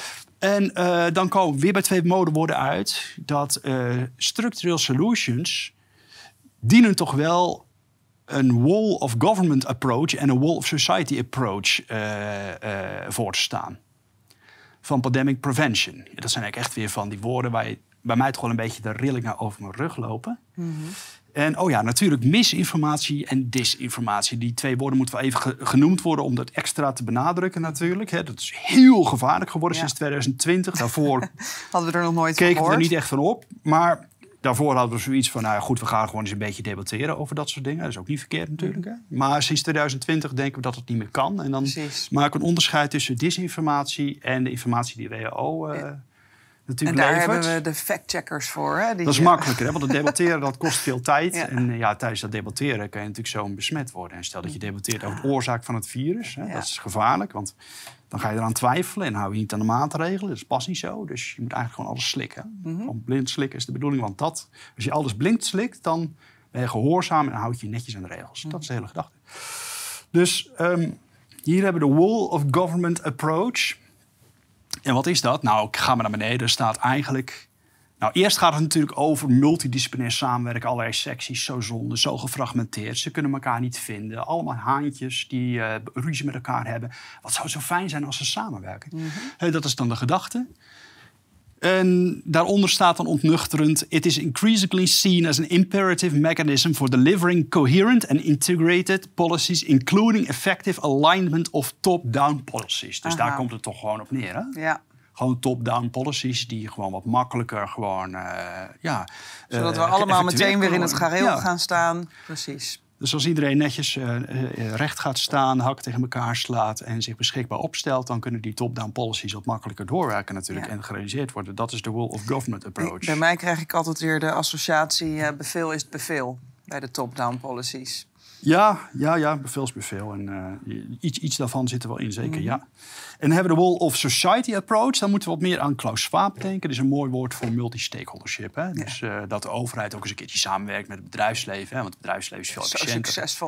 En uh, dan komen we weer bij twee modewoorden uit. Dat uh, structural solutions dienen toch wel een wall of government approach en een wall of society approach uh, uh, voor te staan. Van pandemic prevention. Ja, dat zijn eigenlijk echt weer van die woorden waar je, bij mij toch wel een beetje de rillingen over mijn rug lopen. Mm-hmm. En oh ja, natuurlijk misinformatie en disinformatie. Die twee woorden moeten wel even ge- genoemd worden om dat extra te benadrukken natuurlijk. Hè. Dat is heel gevaarlijk geworden ja. sinds twintig twintig. Daarvoor hadden we er nog nooit keken van we er niet echt van op. Maar daarvoor hadden we zoiets van, nou ja, goed, we gaan gewoon eens een beetje debatteren over dat soort dingen. Dat is ook niet verkeerd natuurlijk. Hè? Maar sinds twintig twintig denken we dat het niet meer kan. En dan Precies. maken we een onderscheid tussen disinformatie en de informatie die W H O uh, ja. natuurlijk En daar levert. hebben we de fact-checkers voor. Hè? Die, dat is uh... makkelijker, hè? Want het debatteren dat kost veel tijd. Ja. En ja, tijdens dat debatteren kan je natuurlijk zo besmet worden. En stel dat je debatteert over de oorzaak van het virus. Hè? Ja. Dat is gevaarlijk, want dan ga je eraan twijfelen en hou je niet aan de maatregelen. Dat past niet zo, dus je moet eigenlijk gewoon alles slikken. Mm-hmm. Gewoon blind slikken is de bedoeling, want dat, als je alles blind slikt, dan ben je gehoorzaam en dan houd je je netjes aan de regels. Mm-hmm. Dat is de hele gedachte. Dus um, hier hebben we de wall of government approach. En wat is dat? Nou, ik ga maar naar beneden. Er staat eigenlijk... Nou, eerst gaat het natuurlijk over multidisciplinair samenwerken. Allerlei secties, zo zonde, zo gefragmenteerd. Ze kunnen elkaar niet vinden. Allemaal haantjes die uh, ruzie met elkaar hebben. Wat zou zo fijn zijn als ze samenwerken? Mm-hmm. Hey, dat is dan de gedachte. En daaronder staat dan ontnuchterend: It is increasingly seen as an imperative mechanism for delivering coherent and integrated policies, including effective alignment of top-down policies. Dus Aha. daar komt het toch gewoon op neer, hè? Ja. Gewoon top-down policies die gewoon wat makkelijker gewoon, uh, ja... Zodat we uh, allemaal meteen weer in het gareel ja. gaan staan. Precies. Dus als iedereen netjes uh, uh, recht gaat staan, hakken tegen elkaar slaat en zich beschikbaar opstelt, dan kunnen die top-down policies wat makkelijker doorwerken natuurlijk ja. en gerealiseerd worden. Dat is de wall of government approach. Bij mij krijg ik altijd weer de associatie uh, bevel is het bevel bij de top-down policies. Ja, ja, ja, bevel is bevel. En uh, iets, iets daarvan zit er wel in, zeker, mm-hmm. ja. En dan hebben we de wall of society approach. Dan moeten we wat meer aan Klaus Schwab denken. Dat is een mooi woord voor multi-stakeholdership. Hè? Ja. Dus uh, dat de overheid ook eens een keertje samenwerkt met het bedrijfsleven. Hè? Want het bedrijfsleven is veel efficiënter. Zo succesvol.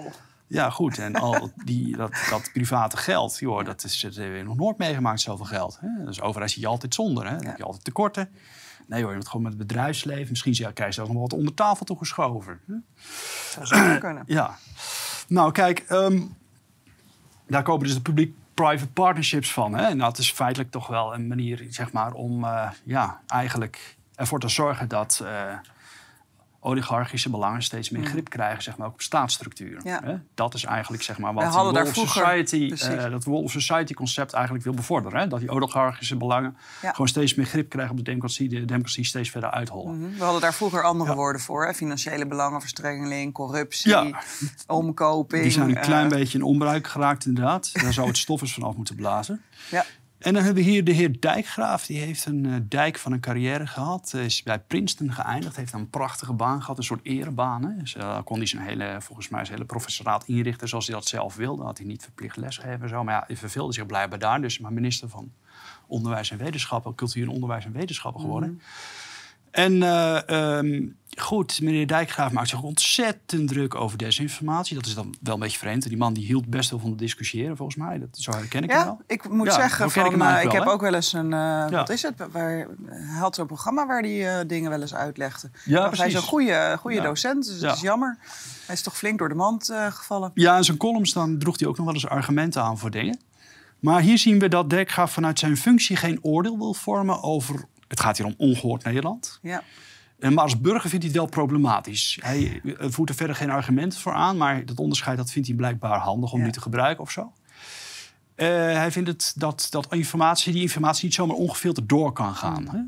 Ja, goed. En al die, dat, dat private geld, joh, dat is dat hebben we nog nooit meegemaakt, zoveel geld. Hè? Dus overheid zie je altijd zonder. Hè? Dan ja. heb je altijd tekorten. Nee hoor, je moet gewoon met het bedrijfsleven. Misschien krijg je zelfs nog wat onder tafel toegeschoven. Hè? Dat zou kunnen. Ja. Nou, kijk, um, daar komen dus de publiek-private partnerships van. Hè? En dat is feitelijk toch wel een manier, zeg maar, om uh, ja, eigenlijk ervoor te zorgen dat Uh, oligarchische belangen steeds meer grip krijgen, zeg maar, ook op staatsstructuren. Ja. Hè? Dat is eigenlijk, zeg maar, wat We hadden die daar Wolf vroeger, Society, uh, dat Wolf Society concept eigenlijk wil bevorderen. Hè? Dat die oligarchische belangen ja. gewoon steeds meer grip krijgen op de democratie, de democratie steeds verder uithollen. Mm-hmm. We hadden daar vroeger andere ja. woorden voor. Hè? Financiële belangenverstrengeling, corruptie, ja. omkoping. Die zijn een klein uh... beetje in onbruik geraakt, inderdaad. Daar zou het stof eens vanaf moeten blazen. Ja. En dan hebben we hier de heer Dijkgraaf. Die heeft een uh, dijk van een carrière gehad. Uh, is bij Princeton geëindigd. Heeft een prachtige baan gehad. Een soort erebaan. Hè. Dus, uh, kon hij zijn hele, volgens mij zijn hele professoraat inrichten zoals hij dat zelf wilde. Had hij niet verplicht lesgeven en zo. Maar ja, hij verveelde zich blijkbaar daar. Dus maar minister van Onderwijs en Wetenschappen. Cultuur, Onderwijs en Wetenschappen geworden. Mm-hmm. En uh, um, goed, meneer Dijkgraaf maakt zich ontzettend druk over desinformatie. Dat is dan wel een beetje vreemd. Die man die hield best wel van discussiëren, volgens mij. Dat, zo herken ik ja, hem wel. Ik moet ja, zeggen, van, ik, uh, ik wel, heb hè? ook wel eens een... Uh, ja. Wat is het? Waar, hij had zo'n programma waar hij uh, dingen wel eens uitlegde. Ja, hij is een goede, goede ja. docent, dus ja. het is jammer. Hij is toch flink door de mand uh, gevallen. Ja, in zijn columns dan droeg hij ook nog wel eens argumenten aan voor dingen. Maar hier zien we dat Dijkgraaf vanuit zijn functie geen oordeel wil vormen over... Het gaat hier om ongehoord Nederland. Ja. Maar als burger vindt hij het wel problematisch. Hij voert er verder geen argumenten voor aan, maar dat onderscheid dat vindt hij blijkbaar handig om ja. niet te gebruiken of zo. Uh, hij vindt het dat, dat informatie, die informatie niet zomaar ongefilterd door kan gaan. Hè?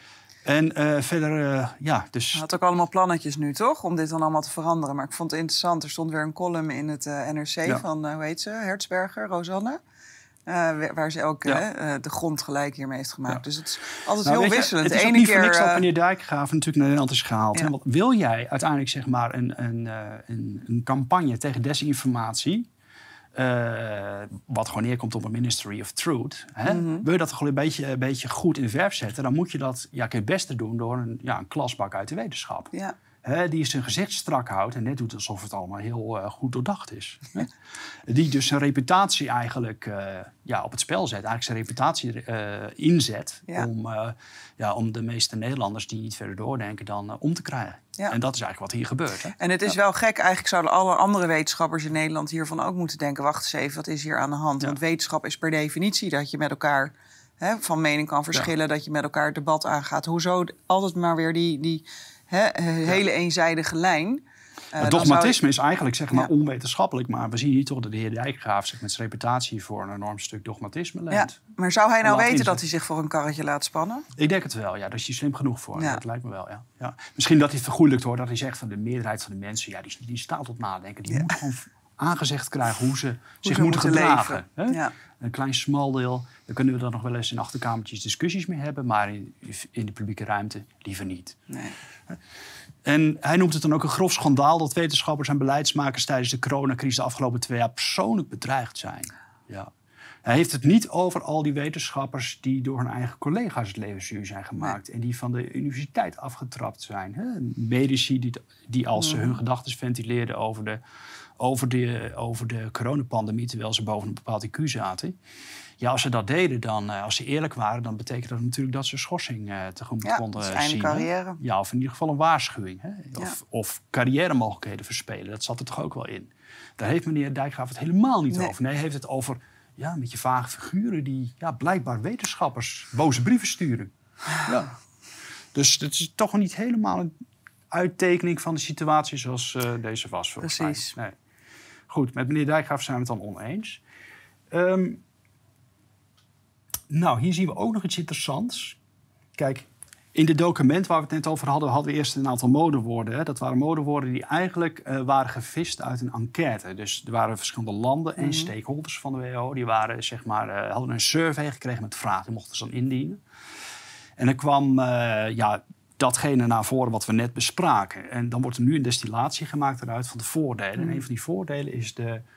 En uh, verder, uh, ja, dus... Hij had ook allemaal plannetjes nu, toch? Om dit dan allemaal te veranderen. Maar ik vond het interessant. Er stond weer een column in het uh, N R C ja. van, uh, hoe heet ze? Hertzberger, Rosanne. Uh, waar ze ook ja. uh, de grond gelijk hiermee heeft gemaakt. Ja. Dus het is altijd nou, heel wisselend. Je, het is de ook ene niet keer, voor niks uh, dat meneer Dijkgraaf natuurlijk naar Nederland is gehaald. Ja. Want wil jij uiteindelijk zeg maar een, een, een, een campagne tegen desinformatie... Uh, wat gewoon neerkomt op een Ministry of Truth... Hè? Mm-hmm. Wil je dat gewoon een beetje, een beetje goed in de verf zetten... dan moet je dat ja, kun je het beste doen door een, ja, een klasbak uit de wetenschap. Ja. He, die zijn gezicht strak houdt en net doet alsof het allemaal heel uh, goed doordacht is. He? Die dus zijn reputatie eigenlijk uh, ja, op het spel zet. Eigenlijk zijn reputatie uh, inzet ja. Om, uh, ja, om de meeste Nederlanders die niet verder doordenken dan uh, om te krijgen. Ja. En dat is eigenlijk wat hier gebeurt. Hè? En het is ja. wel gek. Eigenlijk zouden alle andere wetenschappers in Nederland hiervan ook moeten denken... wacht eens even, wat is hier aan de hand? Ja. Want wetenschap is per definitie dat je met elkaar... He, van mening kan verschillen, ja. dat je met elkaar het debat aangaat. Hoezo altijd maar weer die... die He, hele eenzijdige lijn. Uh, het dogmatisme ik... is eigenlijk zeg maar ja. onwetenschappelijk. Maar we zien hier toch dat de heer Dijkgraaf zich met zijn reputatie voor een enorm stuk dogmatisme leent. Ja, maar zou hij nou weten inzet. dat hij zich voor een karretje laat spannen? Ik denk het wel, ja. Daar is hij slim genoeg voor. Ja. Dat lijkt me wel, ja. ja. Misschien dat hij het vergoeilijkt wordt. Dat hij zegt van de meerderheid van de mensen... ja, die, die staat tot nadenken. Die ja. moet gewoon aangezegd krijgen hoe ze hoe zich ze moeten gedragen. Hè? Ja. Een klein smal deel. Daar kunnen we dan nog wel eens in achterkamertjes discussies mee hebben. Maar in, in de publieke ruimte liever niet. Nee. En hij noemt het dan ook een grof schandaal... dat wetenschappers en beleidsmakers tijdens de coronacrisis... de afgelopen twee jaar persoonlijk bedreigd zijn. Ja. Hij heeft het niet over al die wetenschappers... die door hun eigen collega's het leven zuur zijn gemaakt... Nee. en die van de universiteit afgetrapt zijn. Hè? Medici die, die als ze mm. hun gedachten ventileerden... over de, over de, over de coronapandemie... terwijl ze boven een bepaald I Q zaten... Ja, als ze dat deden, dan, als ze eerlijk waren... dan betekende dat natuurlijk dat ze schorsing uh, tegemoet ja, konden zien. Einde carrière. Ja, of in ieder geval een waarschuwing. Hè? Of, ja. of carrière-mogelijkheden verspelen. Dat zat er toch ook wel in. Daar heeft meneer Dijkgraaf het helemaal niet nee. over. Nee, hij heeft het over ja, een beetje vage figuren... die ja, blijkbaar wetenschappers boze brieven sturen. Ja. Dus het is toch niet helemaal een uittekening van de situatie... zoals uh, deze was, volgens Precies. mij. Nee. Goed, met meneer Dijkgraaf zijn we het dan oneens. Um, Nou, hier zien we ook nog iets interessants. Kijk, in het document waar we het net over hadden... hadden we eerst een aantal modewoorden. Hè. Dat waren modewoorden die eigenlijk uh, waren gevist uit een enquête. Dus er waren verschillende landen en mm-hmm. stakeholders van de W H O... die waren, zeg maar, uh, hadden een survey gekregen met vragen. Die mochten ze dan indienen. En er kwam uh, ja, datgene naar voren wat we net bespraken. En dan wordt er nu een destillatie gemaakt eruit van de voordelen. Mm-hmm. En een van die voordelen is de...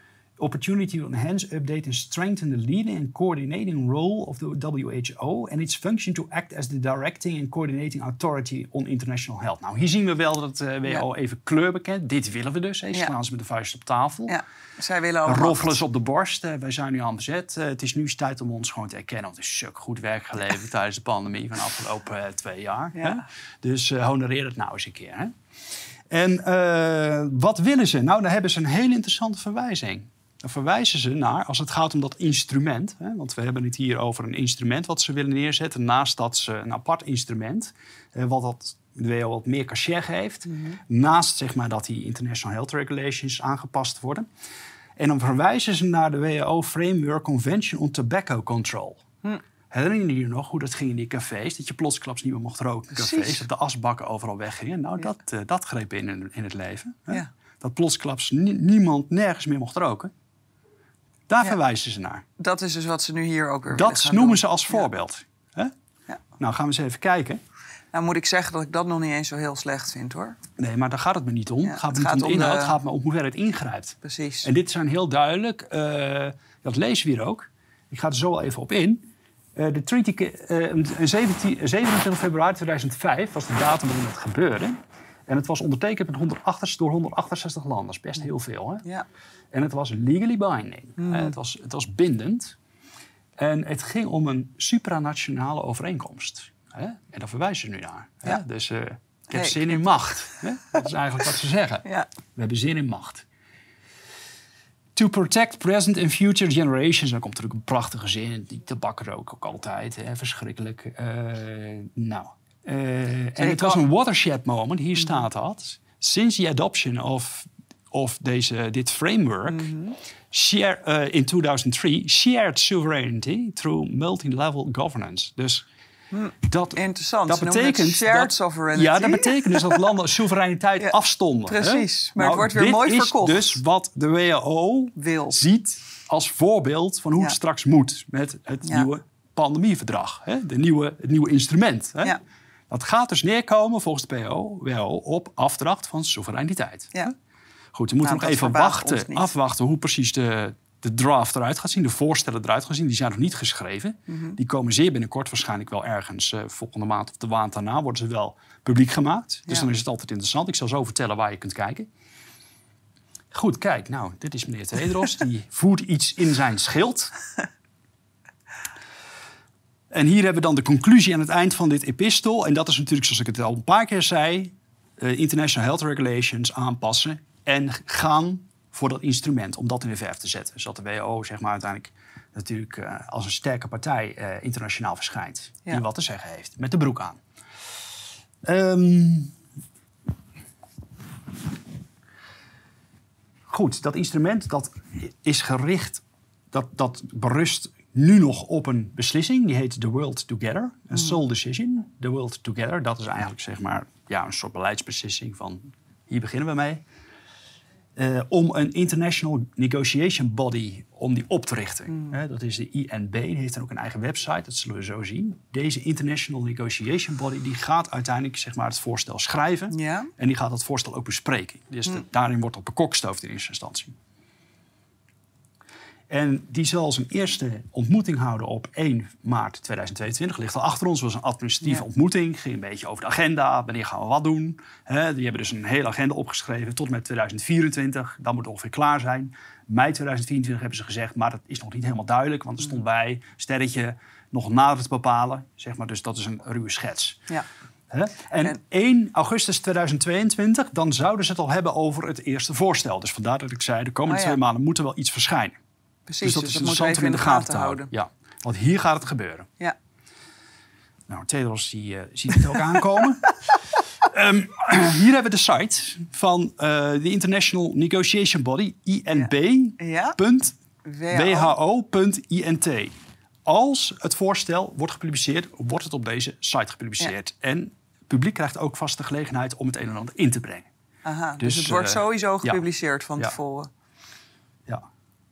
opportunity to enhance, update and strengthen the leading and coordinating role of the W H O and its function to act as the directing and coordinating authority on international health. Nou, hier zien we wel dat het uh, W H O ja. even kleur bekent. Dit willen we dus. Ze ja. slaan ze met de vuist op tafel. Ja. Zij willen ook roffelen ze op de borst. Uh, wij zijn nu aan bezet. Uh, het is nu tijd om ons gewoon te erkennen. Want het is suk goed werk geleverd tijdens de pandemie van de afgelopen uh, twee jaar. Ja. Hè? Dus uh, honoreer het nou eens een keer. Hè? En uh, wat willen ze? Nou, dan hebben ze een hele interessante verwijzing. Dan verwijzen ze naar, als het gaat om dat instrument... Hè, want we hebben het hier over een instrument wat ze willen neerzetten... naast dat ze een apart instrument... Uh, wat dat de W H O wat meer cachet geeft... Mm-hmm. naast zeg maar, dat die International Health Regulations aangepast worden. En dan verwijzen ze naar de W H O Framework Convention on Tobacco Control... Mm. Herinner je je nog hoe dat ging in die cafés? Dat je plotsklaps niet meer mocht roken in cafés. Dat de asbakken overal weggingen. Nou, ja. dat, uh, dat greep in in het leven. Hè? Ja. Dat plotsklaps nie- niemand nergens meer mocht roken. Daar ja. verwijzen ze naar. Dat is dus wat ze nu hier ook weer Dat willen gaan noemen doen. ze als voorbeeld. Ja. Hè? Ja. Nou, gaan we eens even kijken. Nou moet ik zeggen dat ik dat nog niet eens zo heel slecht vind, hoor. Nee, maar daar gaat het me niet om. Ja, het gaat het me niet om de inhoud. Het gaat me om hoe ver het ingrijpt. Precies. En dit zijn heel duidelijk... Uh, dat lezen we hier ook. Ik ga er zo wel even op in... Uh, de treaty, uh, zevenentwintig februari tweeduizend vijf was de datum waarin het gebeurde. En het was ondertekend met honderdachtig, door honderdachtenzestig landen. Dat is best heel veel. Hè? Ja. En het was legally binding. Mm. Uh, het, was, het was bindend. En het ging om een supranationale overeenkomst. Hè? En daar verwijzen ze nu naar. Ja. Hè? Dus uh, ik heb hey, zin in macht. Hè? Dat is eigenlijk wat ze zeggen. Ja. We hebben zin in macht. To protect present and future generations. Dan komt er ook een prachtige zin. Die tabakrook ook altijd. Hè? Verschrikkelijk. Uh, nou. Uh, en het was een watershed moment. Hier mm-hmm. staat dat. Since the adoption of, of deze, dit framework... Mm-hmm. share, uh, in tweeduizend drie... shared sovereignty through multi-level governance. Dus... Dat, Interessant. Dat betekent shared dat, sovereignty. Ja, dat betekent dus dat landen soevereiniteit ja, afstonden. Precies, hè? maar nou, het wordt weer mooi dit verkocht. Dit is dus wat de W H O wil. ziet als voorbeeld van hoe ja. het straks moet met het ja. nieuwe pandemieverdrag. Hè? De nieuwe, het nieuwe instrument. Hè? Ja. Dat gaat dus neerkomen volgens de W H O op afdracht van soevereiniteit. Ja. Goed, we moeten nou, nog even wachten, afwachten hoe precies de... de draft eruit gaat zien, de voorstellen eruit gaan zien. Die zijn nog niet geschreven. Mm-hmm. Die komen zeer binnenkort, waarschijnlijk wel ergens uh, volgende maand of de maand daarna... worden ze wel publiek gemaakt. Dus ja. dan is het altijd interessant. Ik zal zo vertellen waar je kunt kijken. Goed, kijk. Nou, dit is meneer Tedros. Die voert iets in zijn schild. En hier hebben we dan de conclusie aan het eind van dit epistel. En dat is natuurlijk, zoals ik het al een paar keer zei... Uh, International Health Regulations aanpassen en gaan... voor dat instrument, om dat in de verf te zetten. Zodat de W H O zeg maar, uiteindelijk natuurlijk uh, als een sterke partij uh, internationaal verschijnt. Ja. Die wat te zeggen heeft, met de broek aan. Um, goed, dat instrument dat is gericht... Dat, dat berust nu nog op een beslissing. Die heet The World Together. Een mm. sole decision. The World Together. Dat is eigenlijk zeg maar, ja, een soort beleidsbeslissing van... hier beginnen we mee. Uh, om een International Negotiation Body om die op te richten. Mm. Uh, dat is de I N B. Die heeft dan ook een eigen website. Dat zullen we zo zien. Deze International Negotiation Body die gaat uiteindelijk zeg maar, het voorstel schrijven. Ja. En die gaat dat voorstel ook bespreken. Dus mm. de, daarin wordt op bekokstoofd in eerste instantie. En die zal zijn eerste ontmoeting houden op één maart tweeduizend tweeëntwintig. Ligt al achter ons. Het was een administratieve ja. ontmoeting. Ging een beetje over de agenda. Wanneer gaan we wat doen? He, die hebben dus een hele agenda opgeschreven tot met tweeduizend vierentwintig. Dat moet ongeveer klaar zijn. Mei tweeduizend vierentwintig hebben ze gezegd. Maar dat is nog niet helemaal duidelijk. Want er stond bij, sterretje, nog nader te bepalen. Zeg maar, dus dat is een ruwe schets. Ja. He? En, en één augustus tweeduizend tweeëntwintig, dan zouden ze het al hebben over het eerste voorstel. Dus vandaar dat ik zei, de komende oh, ja. twee maanden moet er wel iets verschijnen. Precies, dus dat dus is dat interessant om in de gaten te houden. Ja, want hier gaat het gebeuren. Ja. Nou, Tedros die, uh, ziet het ook aankomen. Um, hier hebben we de site van uh, de International Negotiation Body, I N B punt W H O punt I N T. Als het voorstel wordt gepubliceerd, wordt het op deze site gepubliceerd. Ja. En het publiek krijgt ook vast de gelegenheid om het een en ander in te brengen. Aha, dus, dus het wordt uh, sowieso gepubliceerd ja. van ja. tevoren. Ja.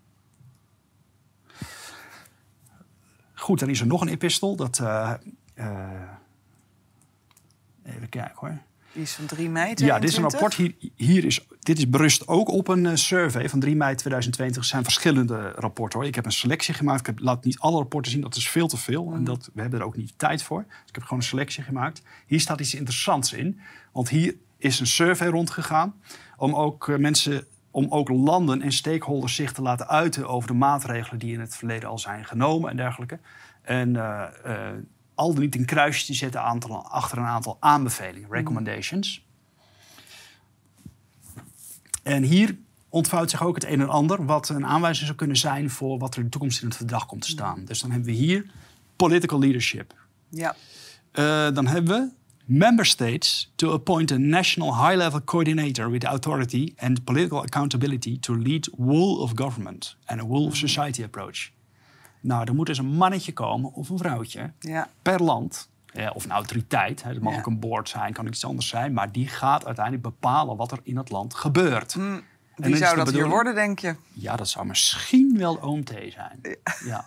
Goed, dan is er nog een epistel. Dat, uh, uh, even kijken hoor. Die is van drie mei tweeëntwintig? Ja, dit is een rapport. Hier, hier is dit is berust ook op een uh, survey van drie mei tweeduizend twintig. Er zijn verschillende rapporten, hoor. Ik heb een selectie gemaakt. Ik heb, laat niet alle rapporten zien, dat is veel te veel. Mm. En dat, we hebben er ook niet de tijd voor. Dus ik heb gewoon een selectie gemaakt. Hier staat iets interessants in. Want hier is een survey rondgegaan om ook uh, mensen... om ook landen en stakeholders zich te laten uiten over de maatregelen die in het verleden al zijn genomen en dergelijke. En uh, uh, al dan niet een kruisje te zetten aantal, achter een aantal aanbevelingen, recommendations. Mm. En hier ontvouwt zich ook het een en ander wat een aanwijzing zou kunnen zijn voor wat er in de toekomst in het verdrag komt te staan. Mm. Dus dan hebben we hier political leadership. Ja. Uh, dan hebben we Member states to appoint a national high-level coordinator with authority and political accountability to lead whole of government and a whole of society approach. Nou, er moet dus een mannetje komen of een vrouwtje ja. per land, ja, of een autoriteit. Hè, dat mag ja. ook een board zijn, kan ook iets anders zijn, maar die gaat uiteindelijk bepalen wat er in het land gebeurt. Mm, wie zou dat hier worden, denk je? Ja, dat zou misschien wel O M T zijn. Ja. ja.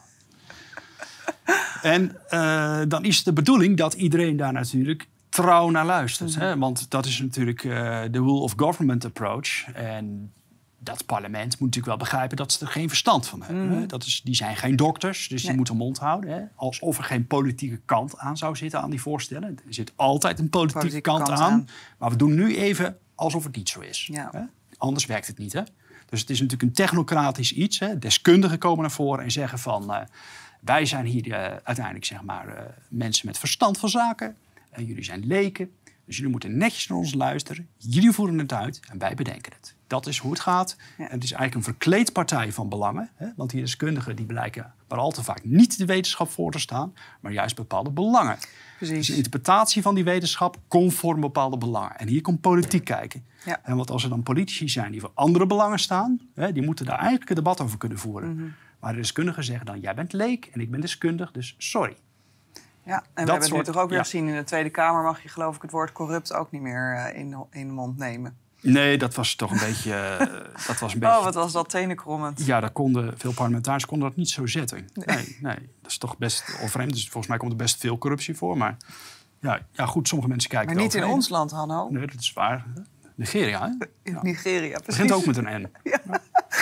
En uh, dan is de bedoeling dat iedereen daar natuurlijk trouw naar luistert. Mm-hmm. Hè? Want dat is natuurlijk uh, de whole of government approach. En dat parlement moet natuurlijk wel begrijpen dat ze er geen verstand van hebben. Mm-hmm. Hè? Dat is, die zijn geen dokters, dus nee. die moeten mond houden. Hè? Alsof er geen politieke kant aan zou zitten aan die voorstellen. Er zit altijd een politieke, politieke kant, kant aan, aan. Maar we doen nu even alsof het niet zo is. Ja. Hè? Anders werkt het niet. Hè? Dus het is natuurlijk een technocratisch iets. Hè? Deskundigen komen naar voren en zeggen van... Uh, wij zijn hier uh, uiteindelijk zeg maar, uh, mensen met verstand van zaken. En jullie zijn leken, dus jullie moeten netjes naar ons luisteren. Jullie voeren het uit en wij bedenken het. Dat is hoe het gaat. Ja. En het is eigenlijk een verkleedpartij van belangen. Hè? Want die deskundigen die blijken maar al te vaak niet de wetenschap voor te staan, maar juist bepaalde belangen. Precies. Dus de interpretatie van die wetenschap conform bepaalde belangen. En hier komt politiek kijken. Ja. En want als er dan politici zijn die voor andere belangen staan, hè, die moeten daar eigenlijk een debat over kunnen voeren. Mm-hmm. Maar de deskundigen zeggen dan, jij bent leek en ik ben deskundig, dus sorry. Ja, en we dat hebben het soort, nu toch ook weer ja. gezien in de Tweede Kamer mag je geloof ik het woord corrupt ook niet meer uh, in, in de mond nemen. Nee, dat was toch een beetje... Uh, dat was een beetje oh, wat was dat tenenkrommend. Ja, daar konden, veel parlementariërs konden dat niet zo zetten. Nee, nee, nee dat is toch best onvreemd. Dus volgens mij komt er best veel corruptie voor. Maar ja, ja goed, sommige mensen kijken maar niet in ons land, Hanno. Nee, dat is waar. Nigeria, hè? In ja. Nigeria, precies. Het begint ook met een N. Ja. Ja.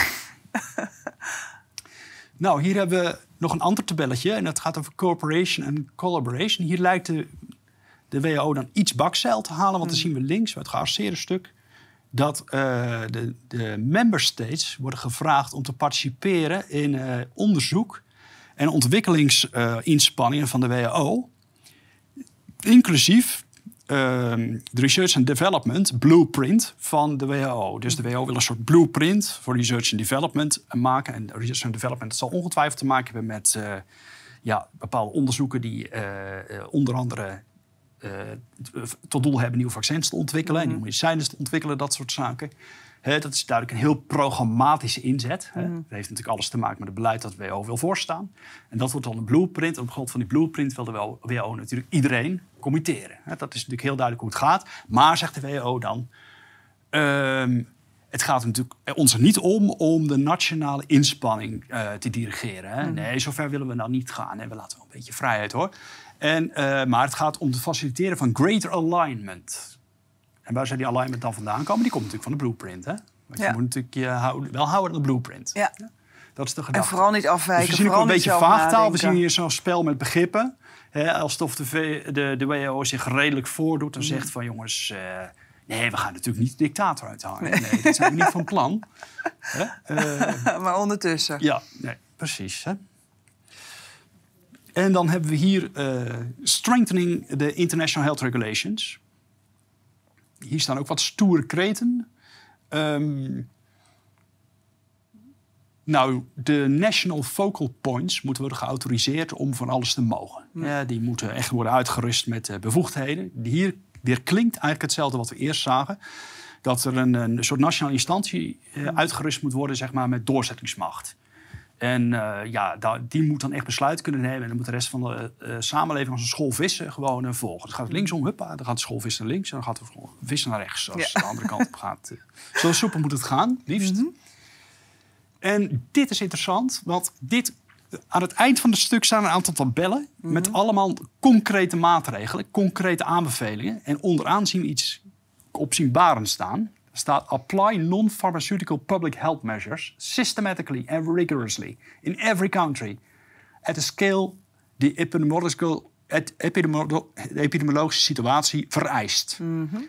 Nou, hier hebben we nog een ander tabelletje. En dat gaat over cooperation en collaboration. Hier lijkt de, de W H O dan iets bakzeil te halen. Want dan zien we links, bij het gearresteerde stuk... dat uh, de, de member states worden gevraagd om te participeren in uh, onderzoek... en ontwikkelingsinspanningen uh, van de W H O. Inclusief uh, de Research and Development blueprint van de W H O. Dus de W H O wil een soort blueprint voor Research and Development maken. En Research and Development zal ongetwijfeld te maken hebben met uh, ja, bepaalde onderzoeken... die uh, uh, onder andere uh, tot doel hebben nieuwe vaccins te ontwikkelen... Mm-hmm. en nieuwe medicijnen te ontwikkelen, dat soort zaken. He, dat is duidelijk een heel programmatische inzet. Mm-hmm. Dat heeft natuurlijk alles te maken met het beleid dat de W H O wil voorstaan. En dat wordt dan een blueprint. Op grond van die blueprint wil de W H O natuurlijk iedereen committeren. He, dat is natuurlijk heel duidelijk hoe het gaat. Maar, zegt de W H O dan... Um, het gaat natuurlijk ons er niet om om de nationale inspanning uh, te dirigeren. Hè? Mm-hmm. Nee, zover willen we nou niet gaan. Hè? We laten wel een beetje vrijheid, hoor. En, uh, maar het gaat om het faciliteren van greater alignment... En waar zou die alignment dan vandaan komen? Die komt natuurlijk van de blueprint. Hè? Want ja. je moet natuurlijk je houden, wel houden aan de blueprint. Ja. Ja, dat is de gedachte. En vooral niet afwijken. Dus we zien ook een beetje vaagtaal. We zien hier zo'n spel met begrippen. Hè, alsof de, de, de W H O zich redelijk voordoet en mm. zegt van... jongens, uh, nee, we gaan natuurlijk niet de dictator uithangen. Nee, nee dat zijn we niet van plan. Hè? Uh, maar ondertussen. Ja, nee, precies. Hè? En dan hebben we hier uh, strengthening the international health regulations... Hier staan ook wat stoere kreten. Um, nou, de national focal points moeten worden geautoriseerd om van alles te mogen. Ja. Ja, die moeten echt worden uitgerust met uh, bevoegdheden. Hier weer klinkt eigenlijk hetzelfde wat we eerst zagen. Dat er een, een soort nationale instantie uh, uitgerust moet worden, zeg maar, met doorzettingsmacht. En uh, ja, die moet dan echt besluiten kunnen nemen. En dan moet de rest van de uh, samenleving als een school vissen gewoon uh, volgen. Dan gaat het linksom, huppa, dan gaat de school vissen naar links... en dan gaat de vissen naar rechts, als ja. de andere kant op gaat. Zo soepel moet het gaan, liefst. Mm-hmm. En dit is interessant, want dit, aan het eind van het stuk staan een aantal tabellen... Mm-hmm. met allemaal concrete maatregelen, concrete aanbevelingen. En onderaan zien we iets opzienbarends staan. staat apply non-pharmaceutical public health measures systematically and rigorously in every country at a scale die epidemiological, epidemiolo, de epidemiologische situatie vereist. Mm-hmm.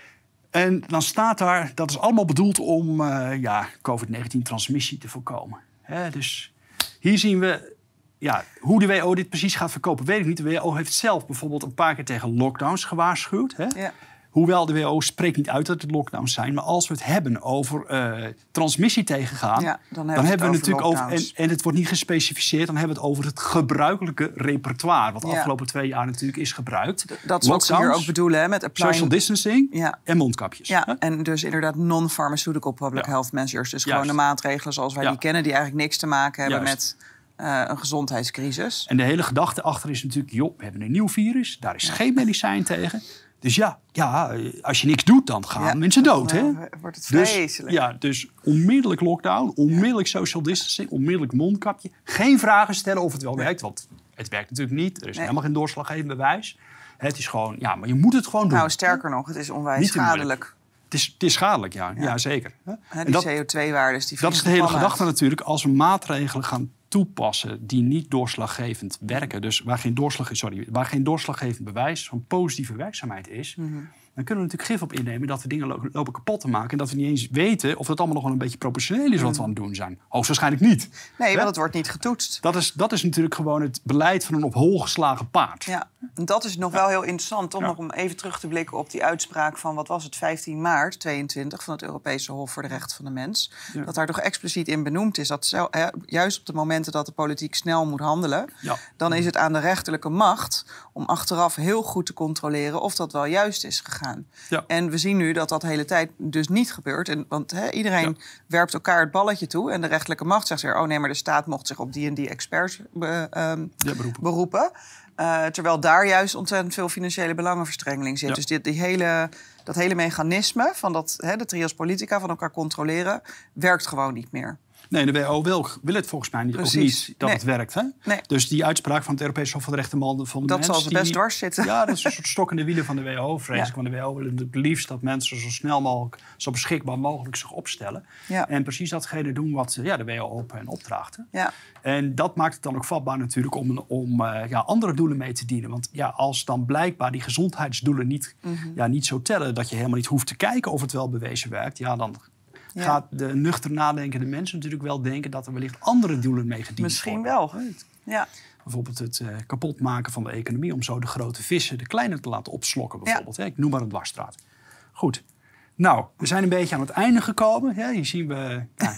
En dan staat daar, dat is allemaal bedoeld om uh, ja, covid negentien transmissie te voorkomen. He, dus hier zien we ja, hoe de W O dit precies gaat verkopen. Weet ik niet. De W O heeft zelf bijvoorbeeld een paar keer tegen lockdowns gewaarschuwd. Hè? Ja. Hoewel de W O spreekt niet uit dat het lockdowns zijn. Maar als we het hebben over uh, transmissie tegengaan... Ja, dan, dan hebben we het natuurlijk over... En, en het wordt niet gespecificeerd. Dan hebben we het over het gebruikelijke repertoire. Wat de ja. afgelopen twee jaar natuurlijk is gebruikt. D- dat is wat ze hier ook bedoelen. Hè, met applying... social distancing ja. en mondkapjes. Ja, hè? En dus inderdaad non-pharmaceutical public ja. health measures. Dus Juist. gewoon de maatregelen zoals wij ja. die kennen... die eigenlijk niks te maken hebben Juist. met... Uh, een gezondheidscrisis. En de hele gedachte achter is natuurlijk... joh, we hebben een nieuw virus, daar is ja. geen medicijn tegen. Dus ja, ja, als je niks doet, dan gaan ja, mensen dood. Dan, hè? wordt het vreselijk. Dus, ja, dus onmiddellijk lockdown, onmiddellijk social distancing... onmiddellijk mondkapje. Geen vragen stellen of het wel werkt, want het werkt natuurlijk niet. Er is nee. helemaal geen doorslaggevend bewijs. Het is gewoon, ja, maar je moet het gewoon doen. Nou, sterker nog, het is onwijs niet schadelijk. Het is, het is schadelijk, ja, ja. ja zeker. He, die en dat, C O twee waardes die dat is de hele gedachte natuurlijk. Als we maatregelen gaan toepassen die niet doorslaggevend werken... dus waar geen, doorslag, sorry, waar geen doorslaggevend bewijs van positieve werkzaamheid is... Mm-hmm. dan kunnen we natuurlijk gif op innemen dat we dingen lopen kapot te maken... en dat we niet eens weten of dat allemaal nog wel een beetje proportioneel is... wat we aan het doen zijn. Hoogstwaarschijnlijk niet. Nee, want het wordt niet getoetst. Dat is, dat is natuurlijk gewoon het beleid van een op hol geslagen paard. Ja, en dat is nog ja. wel heel interessant... om ja. nog om even terug te blikken op die uitspraak van... wat was het, vijftien maart tweeëntwintig... van het Europese Hof voor de Rechten van de Mens. Ja. Dat daar toch expliciet in benoemd is... dat zo, hè, juist op de momenten dat de politiek snel moet handelen... Ja. dan is het aan de rechterlijke macht... om achteraf heel goed te controleren of dat wel juist is gegaan. Ja. En we zien nu dat dat de hele tijd dus niet gebeurt. En, want hè, iedereen ja. werpt elkaar het balletje toe... en de rechterlijke macht zegt weer... oh nee, maar de staat mocht zich op die en die experts be, um, ja, beroepen. beroepen. Uh, terwijl daar juist ontzettend veel financiële belangenverstrengeling zit. Ja. Dus dit, die hele, dat hele mechanisme van dat, hè, de trias politica... van elkaar controleren, werkt gewoon niet meer. Nee, de W O wil, wil het volgens mij niet, ook niet dat nee. het werkt. Hè? Nee. Dus die uitspraak van het Europese Hof van de Rechten van de dat Mens... Dat zal ze best die, dwars zitten. Ja, dat is een soort stok in de wielen van de W O, vrees ik. Ja. Want de W O wil het liefst dat mensen zo snel mogelijk... zo beschikbaar mogelijk zich opstellen. Ja. En precies datgene doen wat ja, de W O op hen opdraagt. Hè? Ja. En dat maakt het dan ook vatbaar natuurlijk om, om uh, ja, andere doelen mee te dienen. Want ja, als dan blijkbaar die gezondheidsdoelen niet, mm-hmm. ja, niet zo tellen... dat je helemaal niet hoeft te kijken of het wel bewezen werkt... ja, dan... Ja. gaat de nuchter nadenkende mensen natuurlijk wel denken... dat er wellicht andere doelen mee gediend Misschien worden. Misschien wel. Ja. Bijvoorbeeld het uh, kapotmaken van de economie... om zo de grote vissen de kleine te laten opslokken bijvoorbeeld. Ja. Ik noem maar een dwarsstraat. Goed. Nou, we zijn een beetje aan het einde gekomen. Ja, hier zien we ja,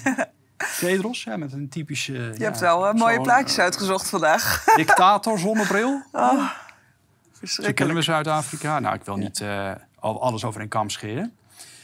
Tedros ja, met een typische... Je ja, hebt wel uh, mooie plaatjes uh, uitgezocht vandaag. Dictator zonnebril. Oh, Zo kennen we Zuid-Afrika. Nou, ik wil niet uh, alles over een kam scheren.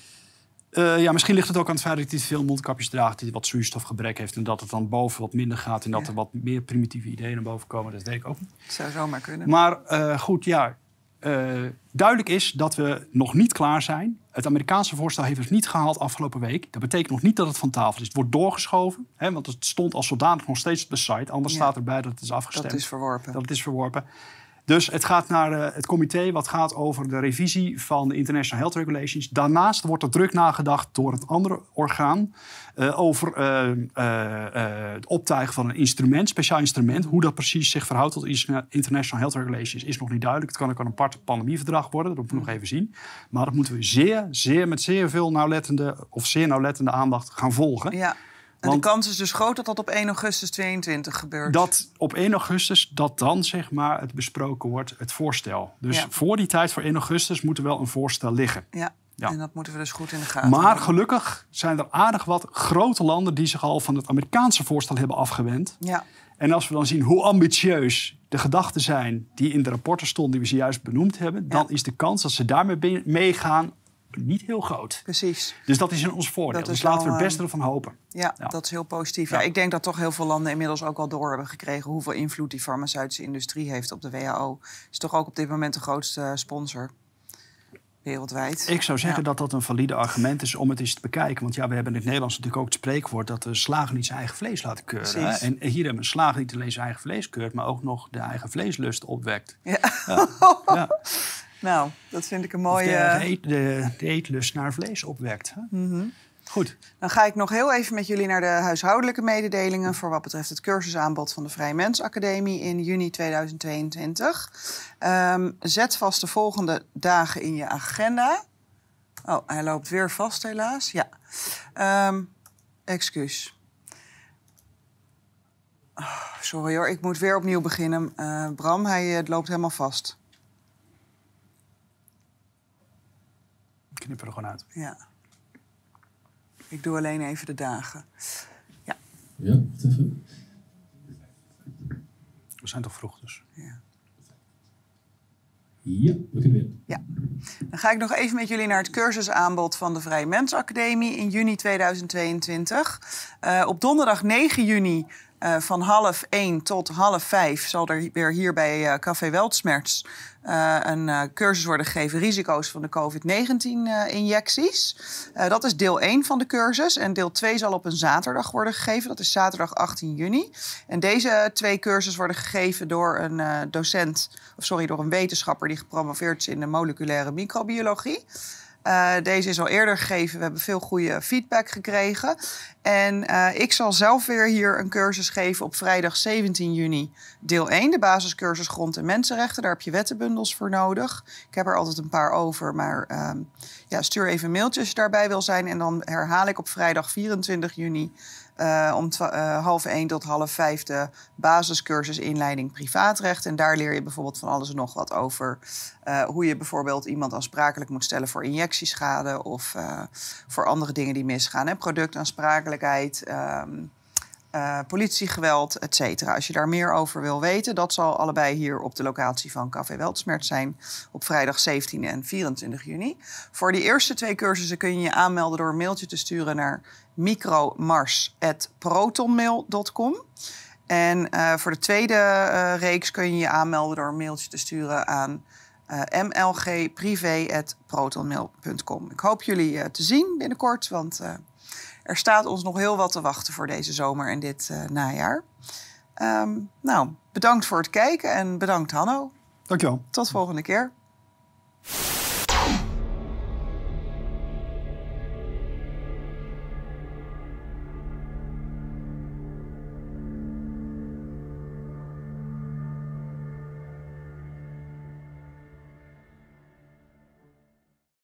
Uh, ja, misschien ligt het ook aan het feit dat hij te veel mondkapjes draagt... die wat zuurstofgebrek heeft en dat het dan boven wat minder gaat... en dat ja. er wat meer primitieve ideeën naar boven komen. Dat weet ik ook niet. Dat zou zomaar kunnen. Maar uh, goed, ja, uh, duidelijk is dat we nog niet klaar zijn. Het Amerikaanse voorstel heeft het niet gehaald afgelopen week. Dat betekent nog niet dat het van tafel is. Het wordt doorgeschoven, hè, want het stond als zodanig nog steeds op de site. Anders ja. staat erbij dat het is afgestemd. Dat is verworpen. Dat het is verworpen. Dus het gaat naar uh, het comité wat gaat over de revisie van de International Health Regulations. Daarnaast wordt er druk nagedacht door het andere orgaan... Uh, over uh, uh, uh, het optuigen van een instrument, speciaal instrument. Hoe dat precies zich verhoudt tot International Health Regulations is nog niet duidelijk. Het kan ook een apart pandemieverdrag worden, dat moeten we nog even zien. Maar dat moeten we zeer, zeer, met zeer veel nauwlettende... of zeer nauwlettende aandacht gaan volgen. Ja. En Want de kans is dus groot dat dat op één augustus tweeëntwintig gebeurt. Dat op één augustus, dat dan zeg maar het besproken wordt, het voorstel. Dus ja. voor die tijd, voor één augustus, moet er wel een voorstel liggen. Ja. ja, en dat moeten we dus goed in de gaten Maar houden. gelukkig zijn er aardig wat grote landen die zich al van het Amerikaanse voorstel hebben afgewend. Ja. En als we dan zien hoe ambitieus de gedachten zijn die in de rapporten stonden, die we zojuist benoemd hebben, ja. dan is de kans dat ze daarmee meegaan niet heel groot. Precies. Dus dat is in ons voordeel. Dus laten we het beste ervan hopen. Ja, ja, dat is heel positief. Ja. Ja, ik denk dat toch heel veel landen inmiddels ook al door hebben gekregen hoeveel invloed die farmaceutische industrie heeft op de W H O. Is toch ook op dit moment de grootste sponsor wereldwijd. Ik zou zeggen ja. dat dat een valide argument is om het eens te bekijken. Want ja, we hebben in het Nederlands natuurlijk ook het spreekwoord dat de slager niet zijn eigen vlees laat keuren. Hè? En hier hebben we een slager niet alleen zijn eigen vlees keurt, maar ook nog de eigen vleeslust opwekt. Ja. Ja. ja. Nou, dat vind ik een Of mooie... de, eet, de, de eetlust naar vlees opwekt. Hè? Mm-hmm. Goed. Dan ga ik nog heel even met jullie naar de huishoudelijke mededelingen... voor wat betreft het cursusaanbod van de Vrije Mens Academie in juni tweeduizend tweeëntwintig. Um, zet vast de volgende dagen in je agenda. Oh, hij loopt weer vast helaas. Ja. Um, excuus. Oh, sorry hoor, ik moet weer opnieuw beginnen. Uh, Bram, hij uh, loopt helemaal vast. Ik knip er gewoon uit. Ja. Ik doe alleen even de dagen. Ja. Ja, wacht even. We zijn toch vroeg dus. Ja. Ja, we kunnen weer. Ja. Dan ga ik nog even met jullie naar het cursusaanbod van de Vrije Mens Academie in juni tweeduizend tweeëntwintig. Uh, op donderdag negen juni uh, van half één tot half vijf zal er weer hier bij uh, Café Weltsmerts uh, een uh, cursus worden gegeven, risico's van de covid negentien injecties. Uh, dat is deel één van de cursus en deel twee zal op een zaterdag worden gegeven. Dat is zaterdag achttien juni. En deze twee cursussen worden gegeven door een uh, docent, of sorry, door een wetenschapper die gepromoveerd is in de moleculaire microbiologie. Uh, deze is al eerder gegeven. We hebben veel goede feedback gekregen. En uh, ik zal zelf weer hier een cursus geven op vrijdag zeventien juni. Deel één, de basiscursus Grond- en Mensenrechten. Daar heb je wettenbundels voor nodig. Ik heb er altijd een paar over, maar uh, ja, stuur even een mailtje als je daarbij wil zijn. En dan herhaal ik op vrijdag vierentwintig juni... Uh, om uh, half één tot half vijf de basiscursus inleiding privaatrecht. En daar leer je bijvoorbeeld van alles en nog wat over uh, hoe je bijvoorbeeld iemand aansprakelijk moet stellen voor injectieschade of uh, voor andere dingen die misgaan. Hè? Productaansprakelijkheid, um, uh, politiegeweld, et cetera. Als je daar meer over wil weten, dat zal allebei hier op de locatie van Café Weltsmerts zijn op vrijdag zeventien en vierentwintig juni. Voor die eerste twee cursussen kun je je aanmelden door een mailtje te sturen naar micromars apenstaartje protonmail punt com. En uh, voor de tweede uh, reeks kun je je aanmelden door een mailtje te sturen aan uh, m l g privé apenstaartje protonmail punt com. Ik hoop jullie uh, te zien binnenkort, want uh, er staat ons nog heel wat te wachten voor deze zomer en dit uh, najaar. Um, nou, bedankt voor het kijken en bedankt Hanno. Dankjewel. Tot volgende keer.